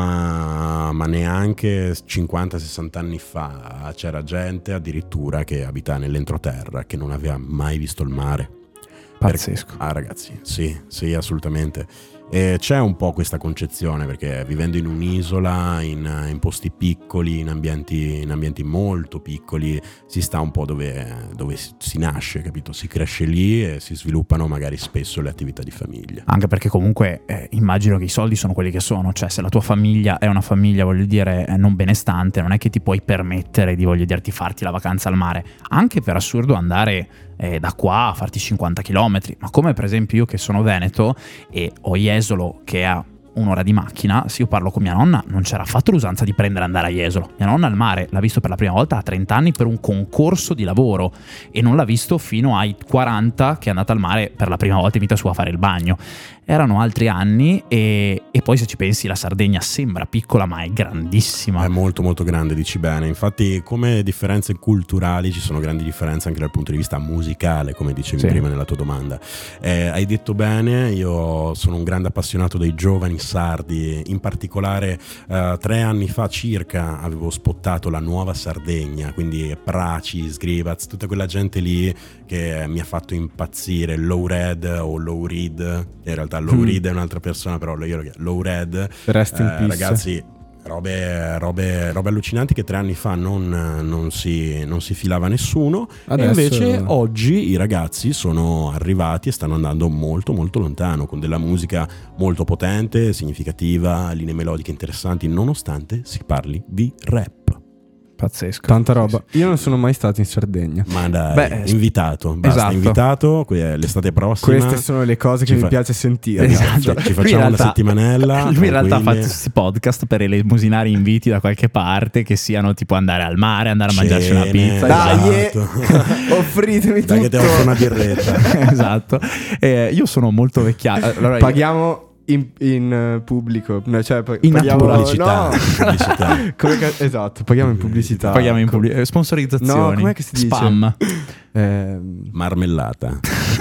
a ma neanche cinquanta sessanta anni fa c'era gente addirittura che abita nell'entroterra che non aveva mai visto il mare. Pazzesco. Ah ragazzi, sì, sì, assolutamente. E c'è un po' questa concezione, perché vivendo in un'isola, in, in posti piccoli, in ambienti, in ambienti molto piccoli, si sta un po' dove, dove si nasce, capito? Si cresce lì e si sviluppano magari spesso le attività di famiglia. Anche perché comunque eh, immagino che i soldi sono quelli che sono, cioè se la tua famiglia è una famiglia, voglio dire, eh, non benestante, non è che ti puoi permettere di, voglio dirti, farti la vacanza al mare, anche per assurdo andare eh, da qua a farti cinquanta chilometri, ma come per esempio io che sono veneto e ho Jesolo che ha un'ora di macchina, se io parlo con mia nonna non c'era affatto l'usanza di prendere e andare a Jesolo. Mia nonna al mare l'ha visto per la prima volta a trenta anni per un concorso di lavoro e non l'ha visto fino ai quaranta, che è andata al mare per la prima volta in vita sua a fare il bagno. Erano altri anni e, e poi se ci pensi la Sardegna sembra piccola ma è grandissima. È molto molto grande, dici bene. Infatti come differenze culturali ci sono grandi differenze anche dal punto di vista musicale, come dicevi Sì. prima nella tua domanda. Eh, hai detto bene, io sono un grande appassionato dei giovani sardi, in particolare eh, tre anni fa circa avevo spottato la Nuova Sardegna, quindi Praci, Sgrivaz, tutta quella gente lì che mi ha fatto impazzire, Low Red o Low Reed, in realtà Low Reed è un'altra persona, però io Low Red, Rest in eh, peace. ragazzi, robe, robe, robe allucinanti che tre anni fa non, non, si, non si filava nessuno. Adesso- E invece oggi i ragazzi sono arrivati e stanno andando molto molto lontano, con della musica molto potente, significativa, linee melodiche interessanti, nonostante si parli di rap. Pazzesco. Tanta roba. Io non sono mai stato in Sardegna. Ma dai, Beh, invitato, basta, esatto. invitato, que- l'estate prossima. Queste sono le cose che ci mi fa- piace sentire. Esatto. Ci Lui in facciamo realtà- una settimanella. Lui in realtà fa tranquilli. questi podcast per elemosinare inviti da qualche parte, che siano tipo andare al mare, andare a mangiarci una Cene, pizza. Dai, esatto. offritemi Dai che tutto. ti offro una birretta. Esatto. Eh, io sono molto vecchiato. Allora, Paghiamo in, in eh, pubblico, no, cioè pa- In paghiamo pubblicità, no. pubblicità. Come ca- esatto, paghiamo in pubblicità. paghiamo in Co- pubblico. Sponsorizzazioni. No, com'è che si dice? Spam. Ehm, Marmellata.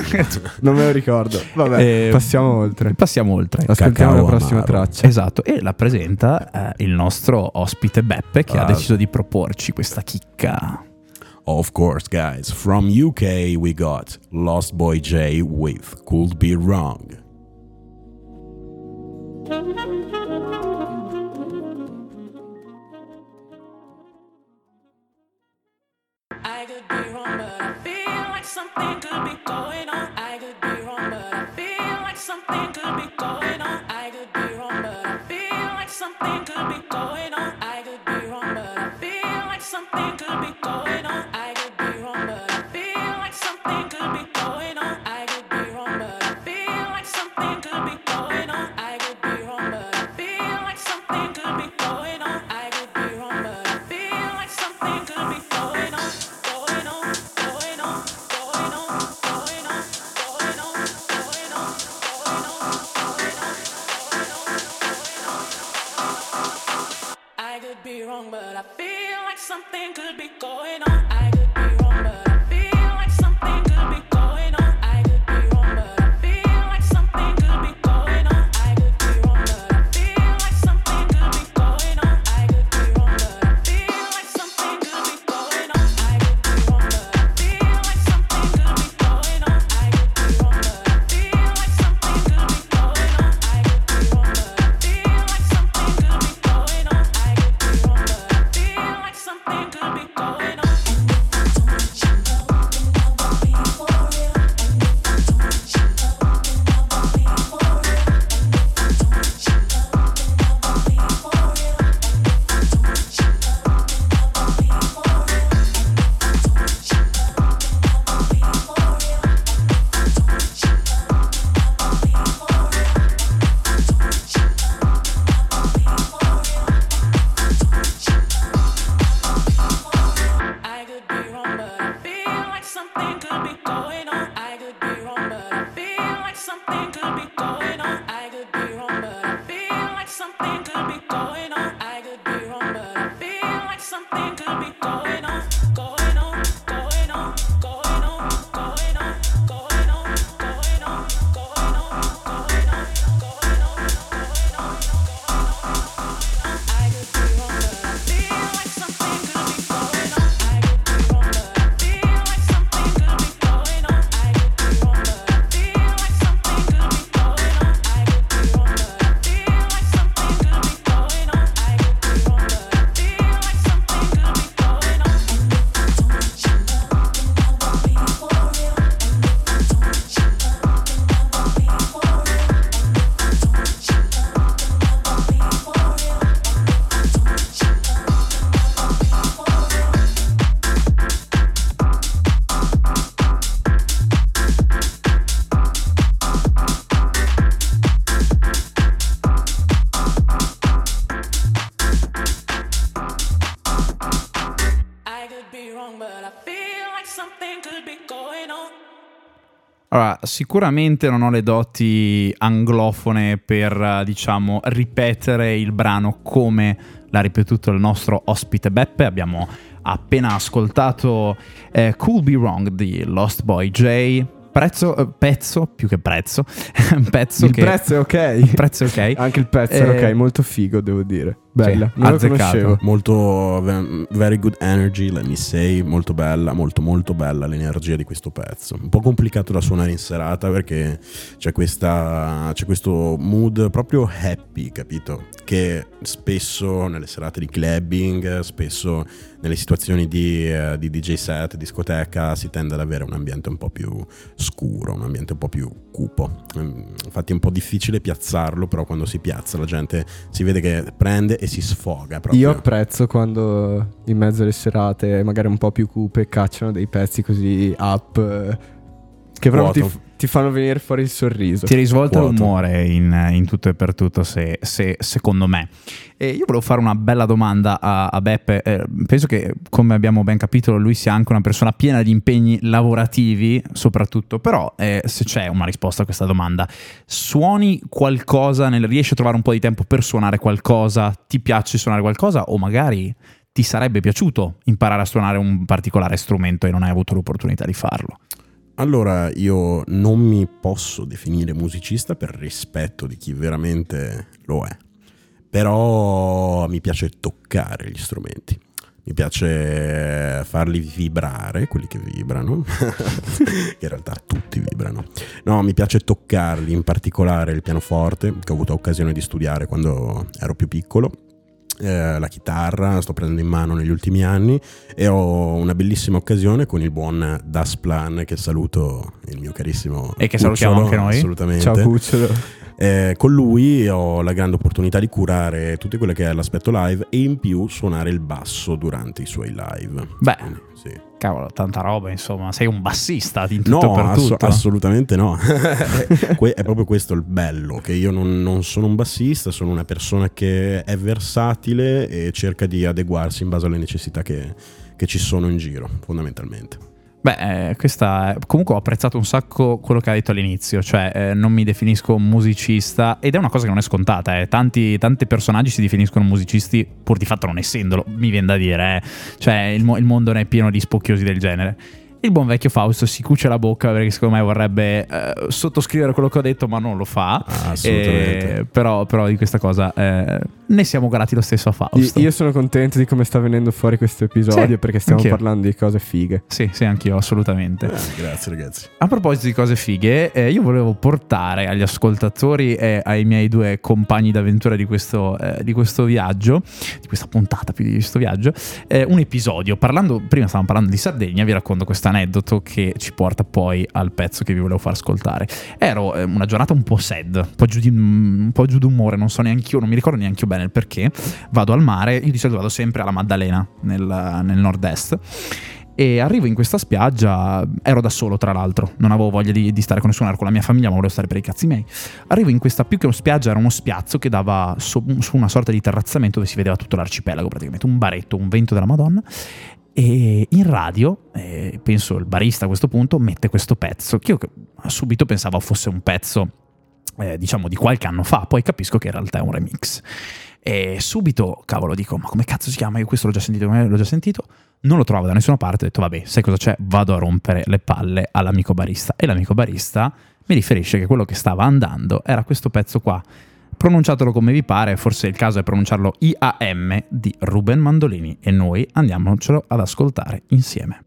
non me lo ricordo. Vabbè, Eh, passiamo oltre. Passiamo oltre. Ascoltiamo Cacao la prossima amaro. traccia. Esatto, e la presenta eh, il nostro ospite Beppe, che Ah. ha deciso di proporci questa chicca. Of course, guys, from U K we got Lost Boy J with Could Be Wrong. I could be wrong, but I feel like something could be going on. I could be wrong, but I feel like something could be going on. I could be wrong, but I feel like something could be going on. I could be wrong, but I feel like something could be going on. I could be wrong, but I feel like something could be going on. I could be wrong, but I feel like something could be going on. I could be wrong, but I feel like something could be going on. I could be wrong, but I feel like something could be going on. Going on, going on, going on, going on, going on, going on, going on, going on, going on. I could be wrong, but I feel like something could be going on. I could be wrong, but I feel like something could be going on. I could be wrong, but I feel like something could be going on. I could be wrong, but I feel like something could be going on. I could be wrong, but I feel like something could be going on. I could be wrong, but I feel like something could be going on. I could be wrong, but I feel like something could be going on. I could be wrong, but I feel like something could be going on. I could be wrong, but I feel like something could be going on. I could be wrong, but I feel like something could be going on. I could be wrong, but I feel like something could be going on. I could be wrong, but I feel like something could be going on. I could be wrong, but I feel like something could be going on. Going on, going on, going on, going on, going on, going on, going on, going on, going on, going on. I could be wrong, but I feel like something could be going on. I could be wrong, but I feel like something could be going on. I could be wrong, but I feel like something could be going on. I could be wrong, but I feel like something could be going on. I could be wrong, but I feel like something could be going on. I could be wrong, but I feel like something could be going on. Allora, sicuramente non ho le doti anglofone per, eh, diciamo, ripetere il brano come l'ha ripetuto il nostro ospite Beppe. Abbiamo appena ascoltato eh, Could Be Wrong di Lost Boy J. Prezzo, eh, pezzo, più che prezzo, pezzo Il che... prezzo è ok. Il prezzo è ok. Anche il pezzo è Eh, ok, molto figo, devo dire. Bella, sì, non lo azzeccato. conoscevo. Molto ve- very good energy, let me say, molto bella, molto molto bella l'energia di questo pezzo. Un po' complicato da suonare in serata perché c'è questa c'è questo mood proprio happy, capito? Che spesso nelle serate di clubbing, spesso nelle situazioni di, eh, di D J set, discoteca, si tende ad avere un ambiente un po' più scuro, un ambiente un po' più cupo. Infatti è un po' difficile piazzarlo, però quando si piazza la gente si vede che prende e si sfoga proprio. Io apprezzo quando in mezzo alle serate, magari un po' più cupe, cacciano dei pezzi così up eh, che proprio ti, Vuoto. f- ti fanno venire fuori il sorriso. Ti risvolta Vuoto. l'umore in, in tutto e per tutto, se, se- secondo me. E io volevo fare una bella domanda a, a Beppe. Eh, penso che, come abbiamo ben capito, lui sia anche una persona piena di impegni lavorativi, soprattutto. Però, eh, se c'è una risposta a questa domanda, suoni qualcosa, nel, riesci a trovare un po' di tempo per suonare qualcosa? Ti piace suonare qualcosa? O magari ti sarebbe piaciuto imparare a suonare un particolare strumento e non hai avuto l'opportunità di farlo? Allora, io non mi posso definire musicista per rispetto di chi veramente lo è, però mi piace toccare gli strumenti. mi piace farli vibrare, quelli che vibrano, che in realtà tutti vibrano. No, mi piace toccarli, in particolare il pianoforte, che ho avuto occasione di studiare quando ero più piccolo. Eh, la chitarra sto prendendo in mano negli ultimi anni e ho una bellissima occasione con il buon Das Plan, che saluto, il mio carissimo e che Cucciolo, salutiamo anche noi. Assolutamente. Ciao Cucciolo. Eh, con lui ho la grande opportunità di curare tutto quello che è l'aspetto live e in più suonare il basso durante i suoi live. Beh, Quindi, sì. Cavolo, tanta roba, insomma. Sei un bassista in No, tutto per ass- tutto. assolutamente no. Que- è proprio questo il bello, che io non, non sono un bassista, sono una persona che è versatile e cerca di adeguarsi in base alle necessità che, che ci sono in giro, fondamentalmente. Beh, eh, questa è... comunque ho apprezzato un sacco quello che hai detto all'inizio, cioè eh, non mi definisco un musicista, ed è una cosa che non è scontata, eh. tanti, tanti personaggi si definiscono musicisti pur di fatto non essendolo, mi viene da dire, eh. cioè il, mo- il mondo ne è pieno di spocchiosi del genere. Il buon vecchio Fausto si cuce la bocca perché secondo me vorrebbe eh, sottoscrivere quello che ho detto, ma non lo fa. Ah, assolutamente. Eh, però, però di questa cosa eh, ne siamo grati lo stesso a Fausto. Io sono contento di come sta venendo fuori questo episodio, Sì, perché stiamo anch'io. parlando di cose fighe. Sì, sì, anch'io, assolutamente. Eh, grazie ragazzi. A proposito di cose fighe, eh, io volevo portare agli ascoltatori e ai miei due compagni d'avventura di questo, eh, di questo viaggio, di questa puntata più di questo viaggio, eh, un episodio. Parlando, prima stavamo parlando di Sardegna, vi racconto questo aneddoto che ci porta poi al pezzo che vi volevo far ascoltare. Ero eh, una giornata un po' sad, un po' giù di, un po' giù d'umore, non so neanche io, non mi ricordo neanche io bene il perché. Vado al mare, io di solito vado sempre alla Maddalena, nel, nel nord-est. E arrivo in questa spiaggia, ero da solo tra l'altro, non avevo voglia di, di stare con nessuno, ero con la mia famiglia, ma volevo stare per i cazzi miei. Arrivo in questa, più che una spiaggia, era uno spiazzo che dava su, su una sorta di terrazzamento dove si vedeva tutto l'arcipelago praticamente, un baretto, un vento della Madonna. E in radio, eh, penso il barista a questo punto, mette questo pezzo, che io subito pensavo fosse un pezzo, eh, diciamo, di qualche anno fa, poi capisco che in realtà è un remix. E subito, cavolo, dico, ma come cazzo si chiama? Io questo l'ho già sentito, l'ho già sentito. Non lo trovo da nessuna parte, ho detto, vabbè, sai cosa c'è? Vado a rompere le palle all'amico barista. E l'amico barista mi riferisce che quello che stava andando era questo pezzo qua. Pronunciatelo come vi pare, forse il caso è pronunciarlo I A M di Ruben Mandolini, e noi andiamocelo ad ascoltare insieme.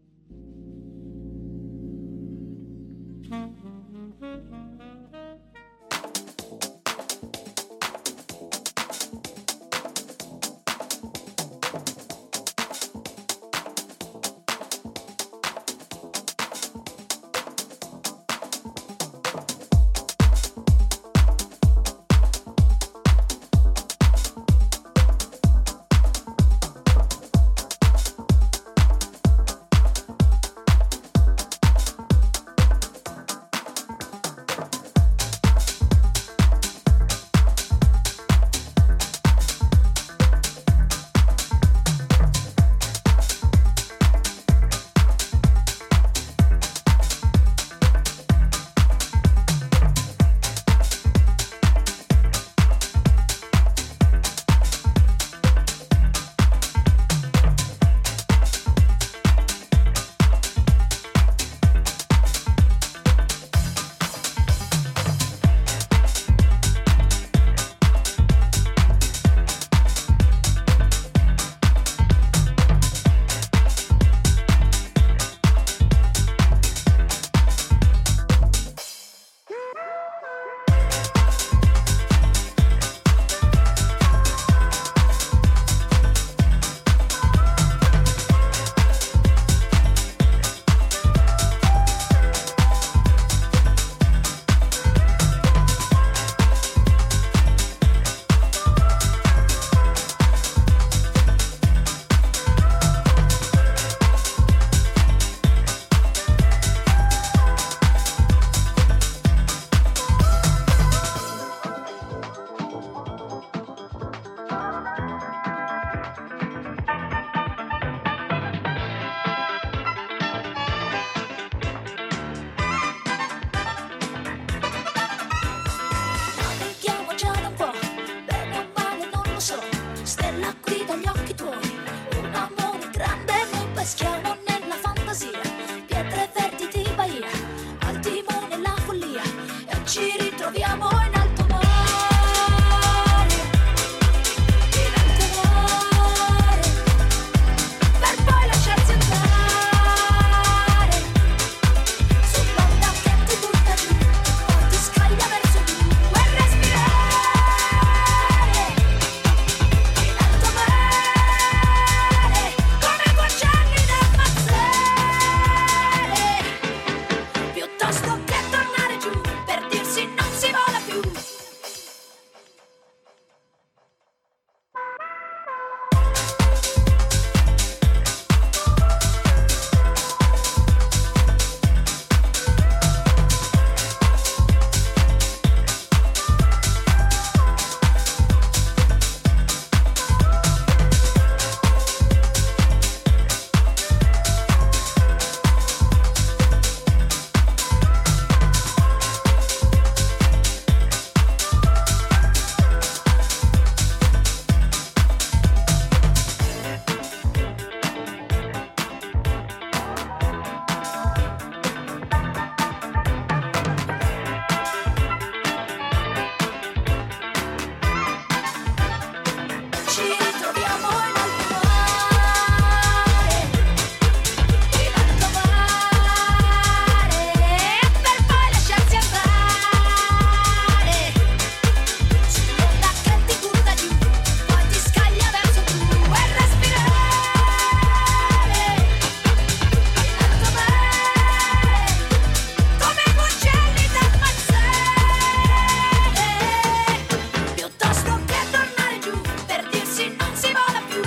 ci ritroviamo in alto mare, in alto mare, per poi lasciarsi andare sull'onda che ti butta giù, poi ti scaglia verso tu e respirare in alto mare, come uccelli dal Mazzele, piuttosto che tornare giù per dirsi non si vola più.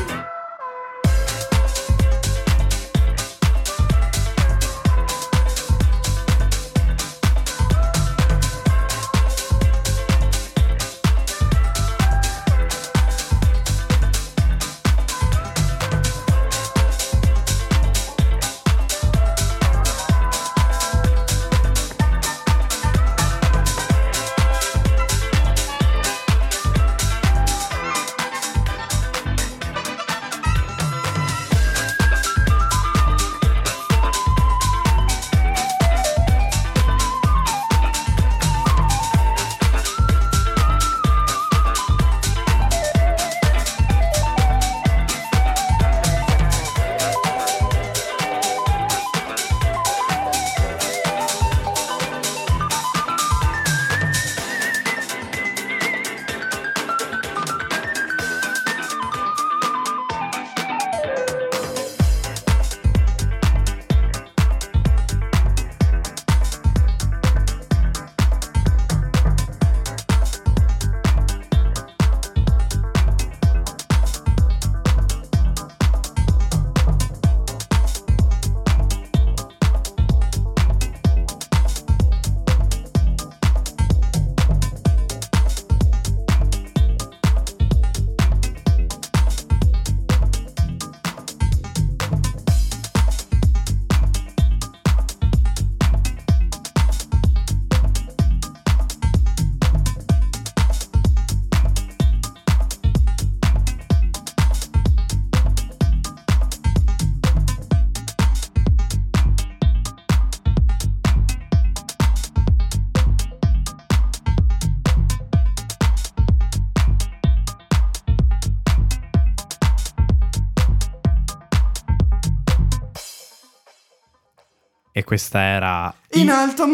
E questa era In alto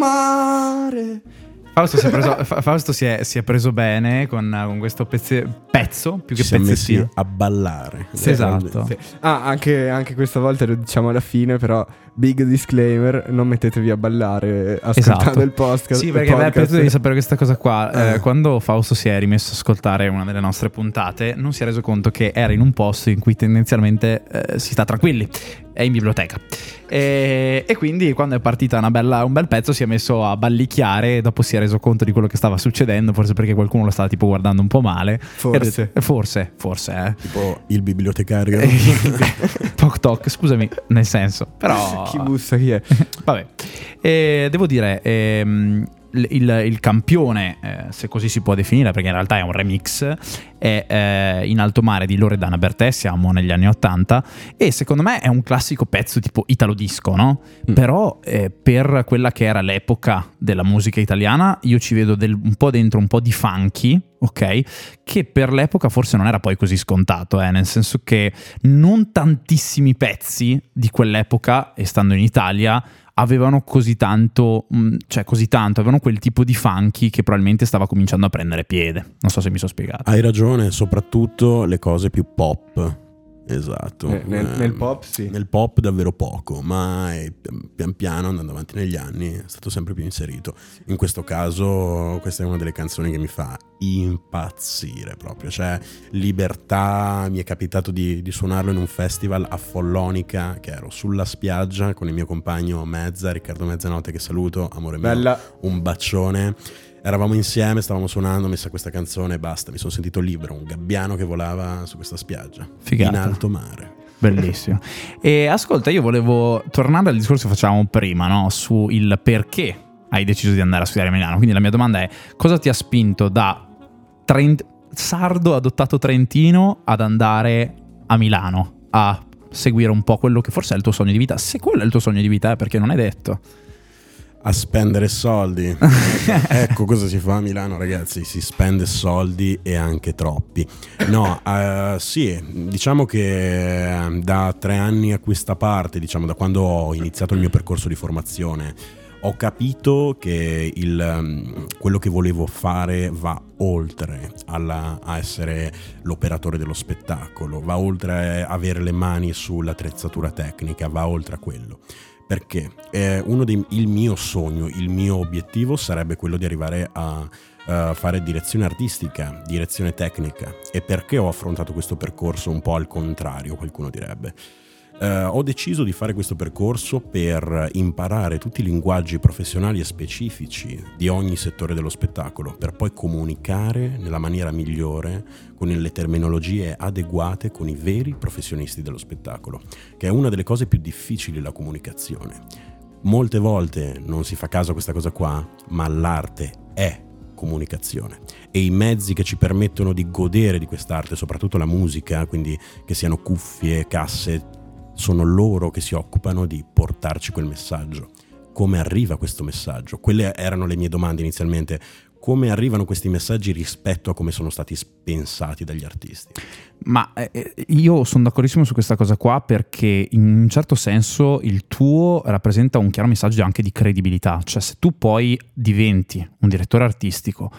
mare. Fausto si è preso, Fa- Fausto si è, si è preso bene con, con questo pezze- pezzo, più che Ci siamo messi pezzettino. a ballare. Sì, esatto. Sì. Ah, anche, anche questa volta lo diciamo alla fine, però big disclaimer, non mettetevi a ballare ascoltando Esatto. il podcast. Sì, perché il beh, podcast. tu devi sapere questa cosa qua. Eh, Eh. quando Fausto si è rimesso a ascoltare una delle nostre puntate, non si è reso conto che era in un posto in cui tendenzialmente eh, si sta tranquilli. È in biblioteca. E, e quindi quando è partita una bella, un bel pezzo si è messo a ballicchiare e dopo si è reso conto di quello che stava succedendo, forse perché qualcuno lo stava tipo guardando un po' male. Forse. E ha detto- Forse, forse, eh. Tipo il bibliotecario. Toc toc, scusami, nel senso. Però Chi bussa, chi è? Vabbè, e devo dire, ehm, il, il- il campione, eh, se così si può definire, perché in realtà è un remix, è eh, In alto mare di Loredana Bertè, siamo negli anni ottanta, e secondo me è un classico pezzo tipo italo disco, no? Mm. Però eh, per quella che era l'epoca della musica italiana, io ci vedo del- un po' dentro un po' di funky, ok? Che per l'epoca forse non era poi così scontato, eh? Nel senso che non tantissimi pezzi di quell'epoca, e stando in Italia, avevano così tanto, mh, cioè così tanto, avevano quel tipo di funky che probabilmente stava cominciando a prendere piede. Non so se mi sono spiegato. Hai ragione, soprattutto le cose più pop. Esatto. Eh, nel, Ehm, nel pop sì. Nel pop davvero poco, ma è- pian piano, andando avanti negli anni, è stato sempre più inserito. In questo caso questa è una delle canzoni che mi fa impazzire proprio, cioè Libertà. Mi è capitato di, di suonarlo in un festival a Follonica, che ero sulla spiaggia con il mio compagno Mezza, Riccardo Mezzanotte, che saluto, amore mio, Bella. un bacione. Eravamo insieme, stavamo suonando, ho messo questa canzone e basta, mi sono sentito libero, un gabbiano che volava su questa spiaggia, Figata. in alto mare. Bellissimo. E ascolta, io volevo tornare al discorso che facevamo prima, no? Su il perché hai deciso di andare a studiare a Milano. Quindi la mia domanda è: cosa ti ha spinto da Trent- sardo adottato trentino ad andare a Milano a seguire un po' quello che forse è il tuo sogno di vita? Se quello è il tuo sogno di vita, eh, perché non è detto. A spendere soldi. Ecco cosa si fa a Milano, ragazzi, si spende soldi e anche troppi. No, uh, sì, diciamo che da tre anni a questa parte, diciamo da quando ho iniziato il mio percorso di formazione, ho capito che il, quello che volevo fare va oltre alla, a essere l'operatore dello spettacolo, va oltre a avere le mani sull'attrezzatura tecnica, va oltre a quello. Perché eh, uno dei, il mio sogno, il mio obiettivo sarebbe quello di arrivare a uh, fare direzione artistica, direzione tecnica. E perché ho affrontato questo percorso un po' al contrario, qualcuno direbbe? Uh, ho deciso di fare questo percorso per imparare tutti i linguaggi professionali e specifici di ogni settore dello spettacolo, per poi comunicare nella maniera migliore, con le terminologie adeguate, con i veri professionisti dello spettacolo, che è una delle cose più difficili, la comunicazione. Molte volte non si fa caso a questa cosa qua, ma l'arte è comunicazione, e i mezzi che ci permettono di godere di quest'arte, soprattutto la musica, quindi che siano cuffie, casse, sono loro che si occupano di portarci quel messaggio. Come arriva questo messaggio? Quelle erano le mie domande inizialmente. Come arrivano questi messaggi rispetto a come sono stati pensati dagli artisti? Ma eh, io sono d'accordissimo su questa cosa qua, perché in un certo senso il tuo rappresenta un chiaro messaggio anche di credibilità. Cioè, se tu poi diventi un direttore artistico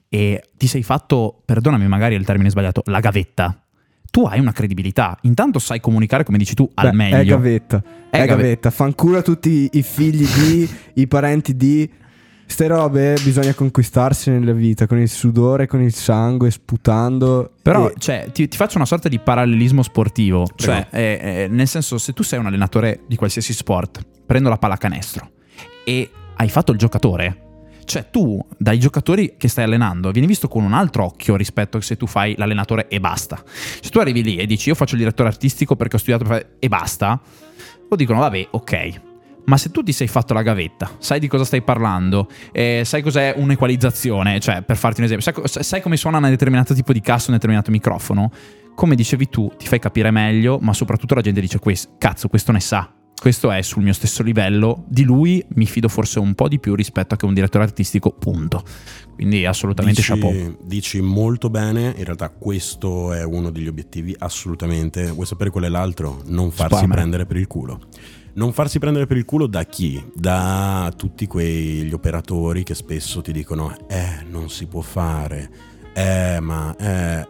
e ti sei fatto, perdonami magari il termine sbagliato, la gavetta, tu hai una credibilità. Intanto sai comunicare, come dici tu, al Beh, meglio. È gavetta, È è gave- gavetta. Fanculo a tutti i figli di, i parenti di. Ste robe bisogna conquistarsi nella vita, con il sudore, con il sangue, sputando. Però e- cioè, ti, ti faccio una sorta di parallelismo sportivo. Cioè, eh, eh, nel senso, se tu sei un allenatore di qualsiasi sport, prendo la pallacanestro e hai fatto il giocatore, cioè tu dai giocatori che stai allenando vieni visto con un altro occhio rispetto a se tu fai l'allenatore e basta. Se tu arrivi lì e dici io faccio il direttore artistico perché ho studiato per fare... e basta, lo dicono vabbè, ok. Ma se tu ti sei fatto la gavetta, sai di cosa stai parlando, eh, sai cos'è un'equalizzazione, cioè per farti un esempio, sai, sai come suona un determinato tipo di cassa, un determinato microfono, come dicevi tu, ti fai capire meglio, ma soprattutto la gente dice cazzo, questo ne sa. Questo è sul mio stesso livello, di lui mi fido forse un po' di più rispetto a che un direttore artistico, punto. Quindi assolutamente dici, chapeau. Dici molto bene, in realtà questo è uno degli obiettivi, assolutamente. Vuoi sapere qual è l'altro? Non farsi Spammer. prendere per il culo. Non farsi prendere per il culo da chi? Da tutti quegli operatori che spesso ti dicono eh, non si può fare, eh, ma... Eh.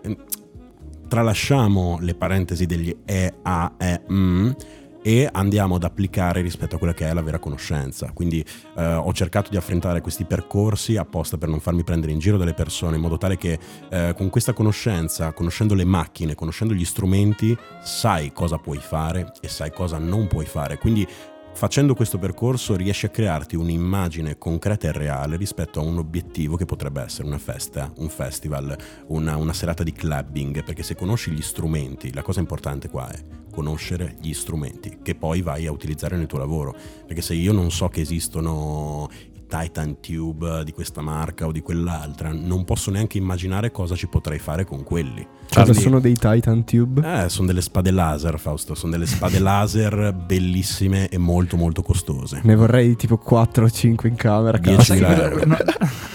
Tralasciamo le parentesi degli e, a, e, mm, e andiamo ad applicare rispetto a quella che è la vera conoscenza. Quindi eh, ho cercato di affrontare questi percorsi apposta per non farmi prendere in giro dalle persone, in modo tale che eh, con questa conoscenza, conoscendo le macchine, conoscendo gli strumenti, sai cosa puoi fare e sai cosa non puoi fare. Quindi facendo questo percorso riesci a crearti un'immagine concreta e reale rispetto a un obiettivo che potrebbe essere una festa, un festival, una, una serata di clubbing, perché se conosci gli strumenti, la cosa importante qua è conoscere gli strumenti che poi vai a utilizzare nel tuo lavoro, perché se io non so che esistono i Titan Tube di questa marca o di quell'altra, non posso neanche immaginare cosa ci potrei fare con quelli. Cosa Quindi- sono dei Titan Tube? eh, sono delle spade laser, Fausto, sono delle spade laser bellissime e molto molto costose. Ne vorrei tipo quattro o cinque in camera. diecimila cazzo. euro. No,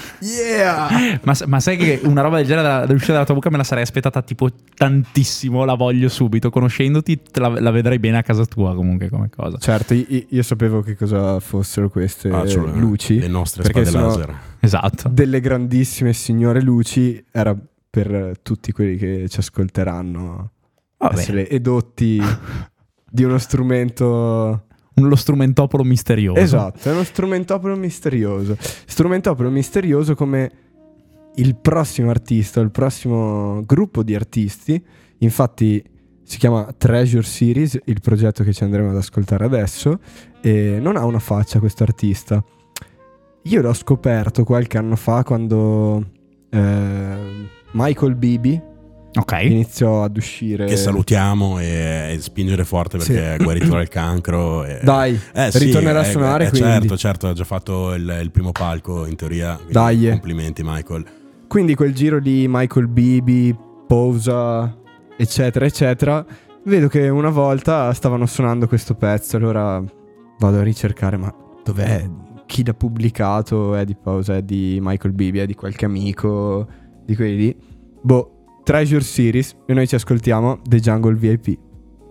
Yeah! ma, ma sai che una roba del genere da- dall'uscita dalla tua bocca me la sarei aspettata tipo tantissimo, la voglio subito, conoscendoti te la, la vedrei bene a casa tua comunque come cosa. Certo, io, io sapevo che cosa fossero queste Ah, cioè, luci. le nostre perché spade sono laser. Esatto. delle grandissime signore luci. Era per tutti quelli che ci ascolteranno Vabbè. essere edotti di uno strumento. Un- lo strumentopolo misterioso. Esatto, è uno strumentopolo misterioso. Strumentopolo misterioso come il prossimo artista, il prossimo gruppo di artisti. Infatti si chiama Treasure Series, il progetto che ci andremo ad ascoltare adesso. E non ha una faccia questo artista. Io l'ho scoperto qualche anno fa quando eh, Michael Bibi Ok. iniziò ad uscire. Che salutiamo e, e spingere forte perché Sì. è guarito dal cancro. E, Dai, eh, sì, ritornerà a eh, suonare, eh, quindi. certo, certo, ha già fatto il, il primo palco in teoria. quindi Dai. Complimenti, Michael. Quindi quel giro di Michael Bibi, Posa, eccetera, eccetera. Vedo che una volta stavano suonando questo pezzo, allora vado a ricercare, ma dov'è? chi l'ha pubblicato è di pausa, è di Michael Bibi, è di qualche amico di quelli lì. Boh, Treasure Series, e noi ci ascoltiamo The Jungle V I P.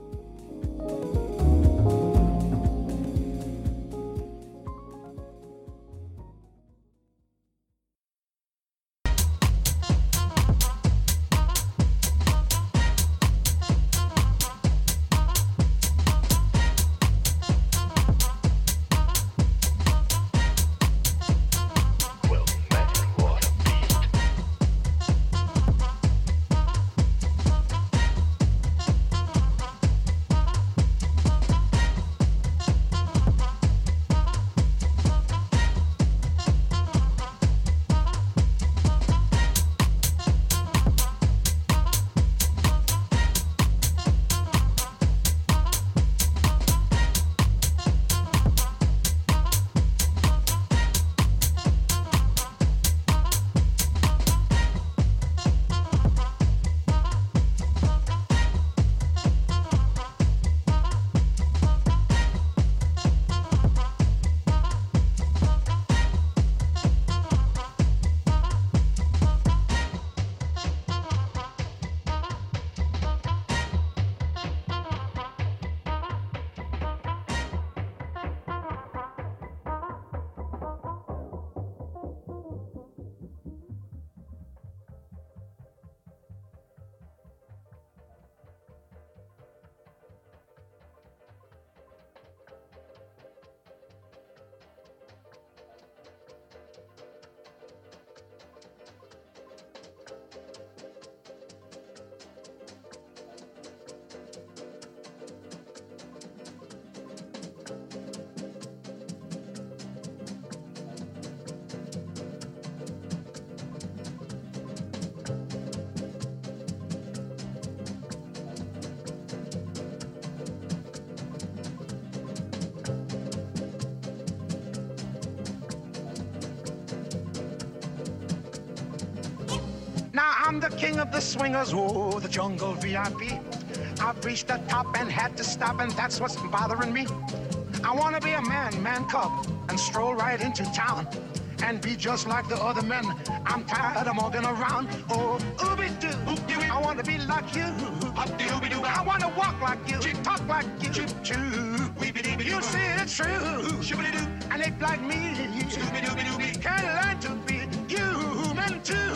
Now I'm the king of the swingers, oh, the jungle V I P. I've reached the top and had to stop, and that's what's bothering me. I wanna be a man, man cub, and stroll right into town, and be just like the other men. I'm tired of walking around. Oh, ooby-doo, I wanna be like you. I wanna walk like you, talk like you. You see it's true, and ape like me. Can learn to be human too.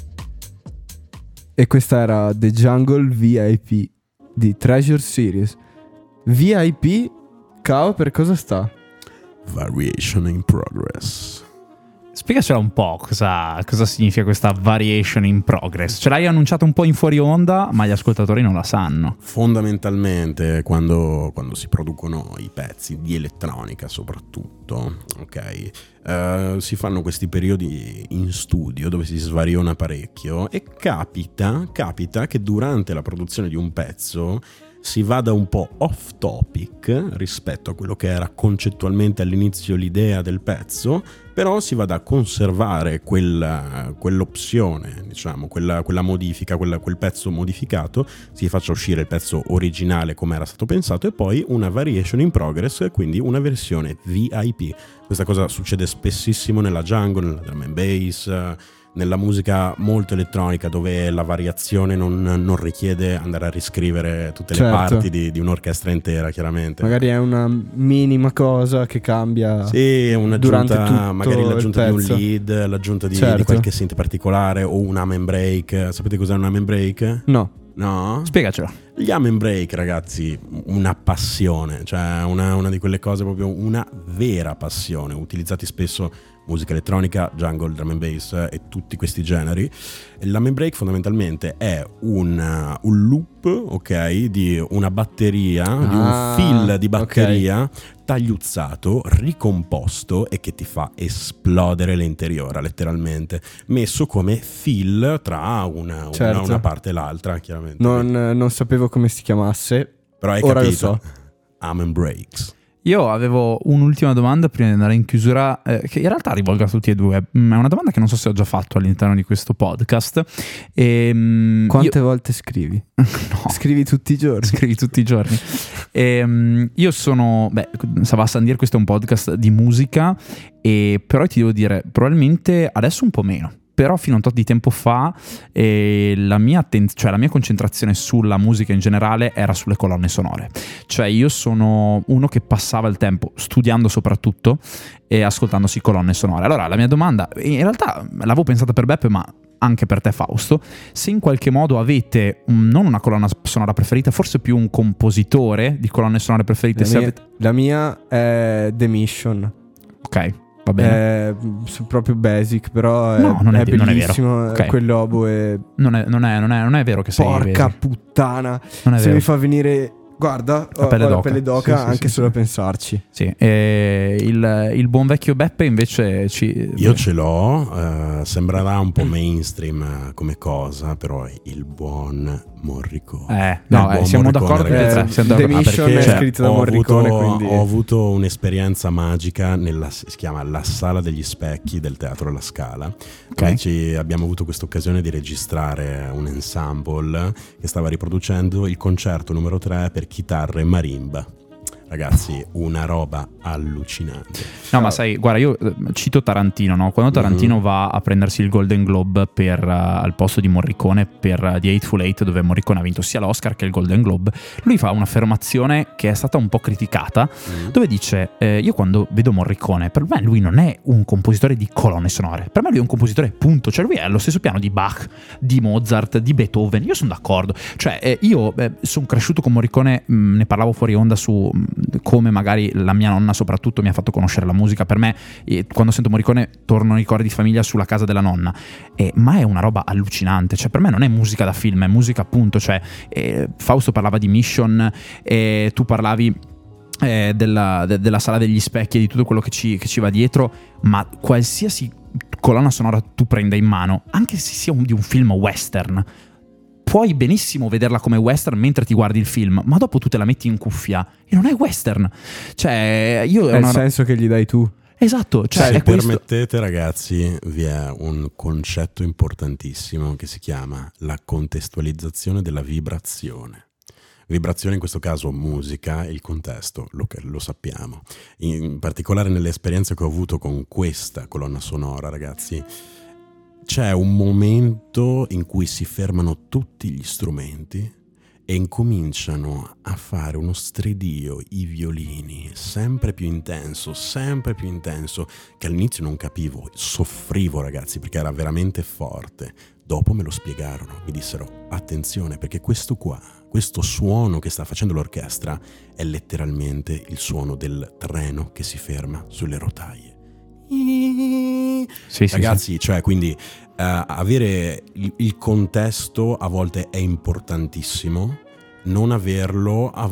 E questa era The Jungle V I P di Treasure Series. V I P, Cao, per cosa sta? Variation in progress. Spiegacela un po' cosa, cosa significa questa variation in progress. Ce l'hai annunciato un po' in fuori onda, ma gli ascoltatori non la sanno. Fondamentalmente quando, quando si producono i pezzi di elettronica soprattutto, ok, eh, si fanno questi periodi in studio dove si svariona parecchio e capita, capita che durante la produzione di un pezzo si vada un po' off topic rispetto a quello che era concettualmente all'inizio l'idea del pezzo, però si vada a conservare quella, quell'opzione, diciamo, quella, quella modifica, quella, quel pezzo modificato, si faccia uscire il pezzo originale come era stato pensato e poi una variation in progress, quindi una versione V I P. Questa cosa succede spessissimo nella jungle, nella drum and bass, nella musica molto elettronica dove la variazione non, non richiede andare a riscrivere tutte le Certo. parti di, di un'orchestra intera, chiaramente. Magari è una minima cosa che cambia. Sì, durante un'aggiunta, tutto magari l'aggiunta il di un pezzo. lead, l'aggiunta di, Certo. di qualche synth particolare o un amen break. Sapete cos'è un amen break? No. No? Spiegacelo. Gli amen break, ragazzi, una passione, cioè una, una di quelle cose, proprio una vera passione, utilizzati spesso musica elettronica, jungle, drum and bass e tutti questi generi. L'amen break fondamentalmente è un, un loop, ok, di una batteria, di un Ah, fill di batteria tagliuzzato, ricomposto e che ti fa esplodere l'interiore, letteralmente, messo come fill tra una, una- Certo. una parte e l'altra, chiaramente. Non, non sapevo come si chiamasse. Però hai Ora lo capito? so. Amen breaks. Io avevo un'ultima domanda prima di andare in chiusura, eh, che in realtà rivolgo a tutti e due. Mm, È una domanda che non so se ho già fatto all'interno di questo podcast. E, Quante volte scrivi? no, Scrivi tutti i giorni. scrivi tutti i giorni. E, io sono, beh, Savas Sandir, questo è un podcast di musica, e però ti devo dire, probabilmente adesso un po' meno. Però fino a un tot di tempo fa eh, la, mia atten- cioè la mia concentrazione sulla musica in generale era sulle colonne sonore. Cioè io sono uno che passava il tempo studiando soprattutto e ascoltandosi colonne sonore. Allora la mia domanda, in realtà l'avevo pensata per Beppe, ma anche per te Fausto, se in qualche modo avete un- non una colonna sonora preferita, forse più un compositore di colonne sonore preferite. La Se mia, avete... la mia è The Mission. Ok, va bene. È s- proprio basic, però è, No, non è- è non è vero. bellissimo. Ok. Quell'oboe. Non è, non, è, non, è, non è vero che sei Porca evesi. puttana. Non è Se vero. mi fa venire. Guarda, ho, pelle ho la d'oca. pelle d'oca Sì, sì, anche sì, solo sì. a pensarci. Sì, e il, il buon vecchio Beppe invece ci... Io ce l'ho, eh, sembrerà un po' mainstream eh, come cosa, però è il buon Morricone. Eh, no, Il buon eh, siamo Morricone, d'accordo tutti e ragazzi. tre, siamo The d'accordo. Ah, Mission perché- è Cioè, scritto da ho Morricone, avuto, quindi- ho avuto un'esperienza magica nella, si chiama La Sala degli Specchi del Teatro La Scala. Dove ci abbiamo avuto questa occasione di registrare un ensemble che stava riproducendo il concerto numero tre per chitarra e marimba. Ragazzi, una roba allucinante. No, ma sai, guarda, io eh, cito Tarantino, no? Quando Tarantino Mhm. va a prendersi il Golden Globe per, eh, al posto di Morricone per uh, The Hateful Eight, dove Morricone ha vinto sia l'Oscar che il Golden Globe, lui fa un'affermazione che è stata un po' criticata, Mm. dove dice, eh, io quando vedo Morricone, per me lui non è un compositore di colonne sonore, per me lui è un compositore punto, cioè lui è allo stesso piano di Bach, di Mozart, di Beethoven, io sono d'accordo, cioè eh, io eh, sono cresciuto con Morricone, mh, ne parlavo fuori onda su mh, come magari la mia nonna soprattutto mi ha fatto conoscere la musica. Per me eh, quando sento Morricone tornano i ricordi di famiglia sulla casa della nonna, eh, ma è una roba allucinante, cioè per me non è musica da film, è musica appunto, cioè eh, Fausto parlava di Mission, eh, tu parlavi eh, della, de- della Sala degli Specchi e di tutto quello che ci, che ci va dietro, ma qualsiasi colonna sonora tu prenda in mano, anche se sia un, di un film western, puoi benissimo vederla come western mentre ti guardi il film, ma dopo tu te la metti in cuffia e non è western. Cioè, io È il una... senso che gli dai tu. Esatto, cioè, Se è questo. permettete, ragazzi, vi è un concetto importantissimo che si chiama la contestualizzazione della vibrazione. Vibrazione in questo caso musica, il contesto lo, lo sappiamo. In particolare nelle esperienze che ho avuto con questa colonna sonora, ragazzi, c'è un momento in cui si fermano tutti gli strumenti e incominciano a fare uno stridio i violini sempre più intenso, sempre più intenso, che all'inizio non capivo, soffrivo ragazzi perché era veramente forte. Dopo me lo spiegarono, mi dissero attenzione perché questo qua, questo suono che sta facendo l'orchestra è letteralmente il suono del treno che si ferma sulle rotaie. Sì, sì, ragazzi, sì. cioè quindi uh, avere il, il contesto a volte è importantissimo, non averlo a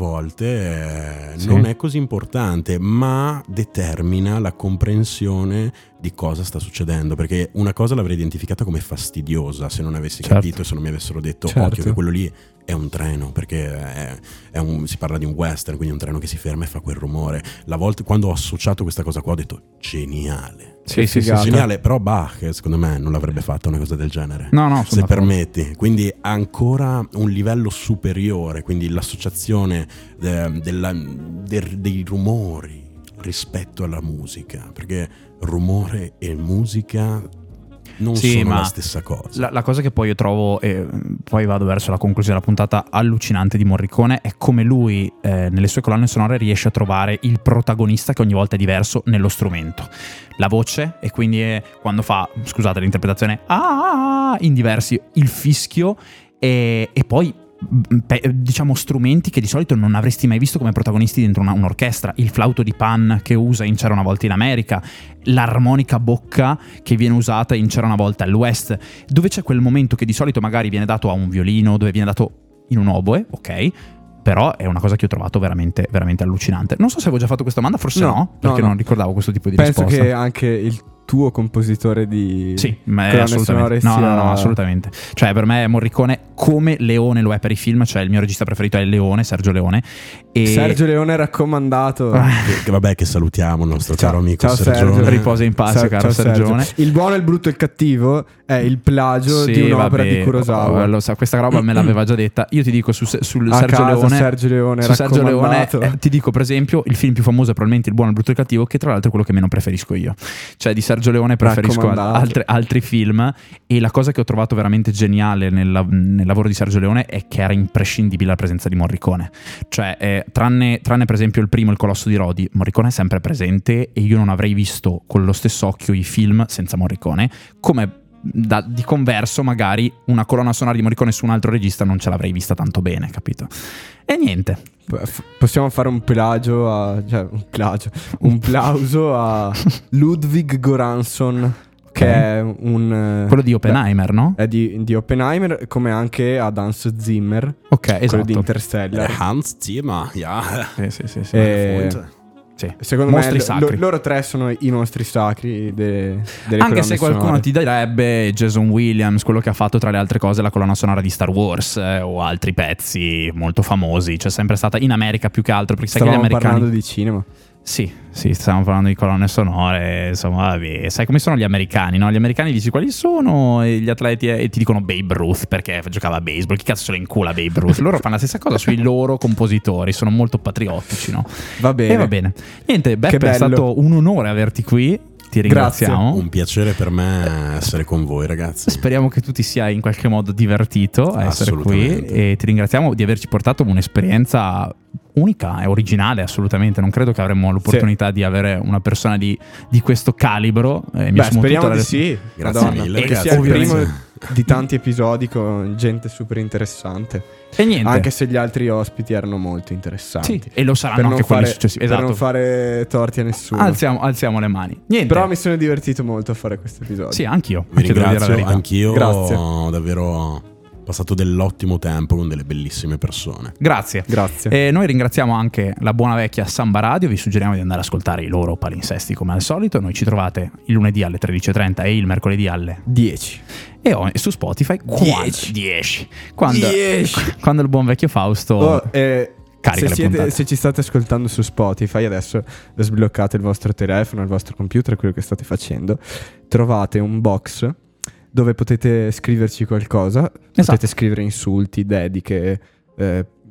volte eh, Sì. non è così importante, ma determina la comprensione di cosa sta succedendo, perché una cosa l'avrei identificata come fastidiosa se non avessi Certo. capito e se non mi avessero detto Certo. occhio che quello lì è un treno, perché è, è un, si parla di un western, quindi un treno che si ferma e fa quel rumore. La volta quando ho associato questa cosa qua ho detto geniale. Sì, sì, sì, figata. sì. Geniale, però Bach secondo me non l'avrebbe fatta una cosa del genere. No, no, sono se d'accordo. permetti, quindi ancora un livello superiore, quindi l'associazione eh, della- del- dei rumori rispetto alla musica, perché rumore e musica non Sì, sono ma la stessa cosa. La, la cosa che poi io trovo, e poi vado verso la conclusione della puntata, allucinante di Morricone è come lui eh, nelle sue colonne sonore riesce a trovare il protagonista che ogni volta è diverso nello strumento. La voce, e quindi è quando fa, scusate l'interpretazione, ah, in diversi, il fischio e, e poi pe- diciamo strumenti che di solito non avresti mai visto come protagonisti dentro una, un'orchestra. Il flauto di Pan che usa in C'era una volta in America, l'armonica a bocca che viene usata in C'era una volta al West, dove c'è quel momento che di solito magari viene dato a un violino, dove viene dato in un oboe, ok, però è una cosa che ho trovato veramente, veramente allucinante. Non so se avevo già fatto questa domanda, forse no, No, perché no, no. non ricordavo questo tipo di Penso risposta. che anche il tuo compositore di Sì, ma è colonne assolutamente. sonore No, no, no, sia- assolutamente. Cioè, per me Morricone, come Leone lo è per i film, cioè il mio regista preferito è Leone, Sergio Leone. E Sergio Leone raccomandato. Che, che vabbè, che salutiamo il nostro Ciao- caro amico ciao Sergione. Sergio. riposa in pace, Ciao- caro ciao Sergio. Sergione. Il buono, il brutto e il cattivo è il plagio Sì, di un'opera vabbè, di Kurosawa. oh, lo sa, questa roba me l'aveva già detta. Io ti dico su, sul A Sergio casa Leone. Sergio Leone su Sergio Leone raccomandato. eh, ti dico, per esempio, il film più famoso è probabilmente Il buono, il brutto e il cattivo, che tra l'altro è quello che meno preferisco io. Cioè, di Sergio Leone preferisco al- Raccomandato. altre- altri film. E la cosa che ho trovato veramente geniale nel, nel lavoro di Sergio Leone è che era imprescindibile la presenza di Morricone. Cioè, eh, tranne, tranne per esempio il primo, Il Colosso di Rodi, Morricone è sempre presente e io non avrei visto con lo stesso occhio i film senza Morricone, come da- di converso magari una colonna sonora di Morricone su un altro regista non ce l'avrei vista tanto bene, capito? E niente. F- Possiamo fare un plagio a, cioè un plagio, un plauso a Ludwig Göransson, che è un Quello di Oppenheimer, no? è di, di Oppenheimer, come anche ad Hans Zimmer, Ok, quello esatto. di Interstellar. Hans Zimmer, ja. Sì, sì, sì, sì. Eh, Sì. Secondo Mostri me sacri. lo- loro tre sono i mostri sacri de- delle Anche colonne se qualcuno sonore. ti direbbe Jason Williams, quello che ha fatto tra le altre cose la colonna sonora di Star Wars eh, o altri pezzi molto famosi, c'è sempre stata in America più che altro, perché sai che gli Stavamo americani parlando di cinema. Sì, sì, stavamo parlando di colonne sonore, insomma, vabbè, sai come sono gli americani, no? Gli americani dici quali sono e gli atleti e ti dicono Babe Ruth perché giocava a baseball, chi cazzo se lo incula Babe Ruth? Loro fanno la stessa cosa sui loro compositori, sono molto patriottici, no? Va bene. E va bene. Niente, Beppe, è bello. stato un onore averti qui, ti ringraziamo. Un piacere per me essere con voi, ragazzi. Speriamo che tu ti sia in qualche modo divertito a essere qui Assolutamente. e ti ringraziamo di averci portato un'esperienza unica e originale, assolutamente. Non credo che avremmo l'opportunità di avere una persona di, di questo calibro. Eh, mi Beh, assumo speriamo tutta di la- sì. Grazie Madonna. mille, E che ragazzi. sia il Ovviamente. primo di tanti episodi con gente super interessante. E niente. Anche se gli altri ospiti erano molto interessanti. Sì, e lo saranno Per non, anche quelli fare, successivi. per Esatto. non fare torti a nessuno. Alziamo, alziamo le mani. Niente. Però mi sono divertito molto a fare questo episodio. Sì, anch'io. Vi anche devo dire la ringrazio, verità. anch'io Grazie. ho davvero passato dell'ottimo tempo con delle bellissime persone. Grazie. Grazie. E noi ringraziamo anche la buona vecchia Samba Radio. Vi suggeriamo di andare ad ascoltare i loro palinsesti come al solito. Noi ci trovate il lunedì alle tredici e trenta e il mercoledì alle dieci. e o- su Spotify Dieci. dieci. Quando, Dieci. quando il buon vecchio Fausto Oh, eh, carica se, le siete- puntate. se ci state ascoltando su Spotify, adesso sbloccate il vostro telefono, il vostro computer, quello che state facendo. Trovate un box dove potete scriverci qualcosa. Esatto. Potete scrivere insulti, dediche, eh,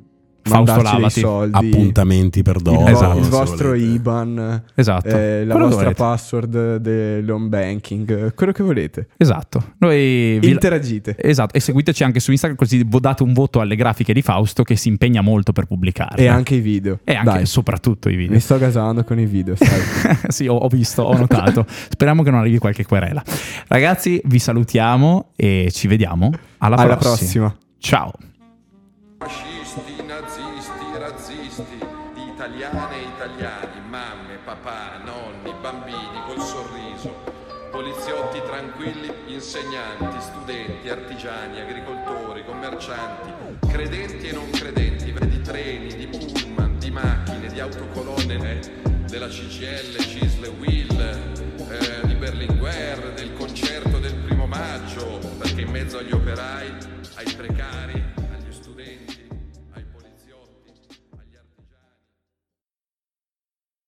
Fausto mandarci dei lavati. soldi, Appuntamenti per il, dopo. vo- Esatto. il se vostro volete. I B A N, Esatto. eh, la Quello che vostra volete. password dell'home banking, quello che volete. Esatto. Noi vi- Interagite. Esatto, e seguiteci anche su Instagram così date un voto alle grafiche di Fausto che si impegna molto per pubblicarle. E anche i video. E anche Dai, soprattutto i video. mi sto gasando con i video, sai. Sì, ho, ho visto, ho notato. Speriamo che non arrivi qualche querela. Ragazzi, vi salutiamo e ci vediamo alla, Alla prossima. prossima. Ciao. Fascisti, nazisti, razzisti, italiane e italiani, mamme, papà, nonni, bambini col sorriso, poliziotti tranquilli, insegnanti, studenti, artigiani, agricoltori, commercianti, credenti e non credenti, di treni, di pullman, di macchine, di autocolonne, eh, della C G I L, C I S L, U I L, eh, di Berlinguer, del concerto del primo maggio, perché in mezzo agli operai, ai precari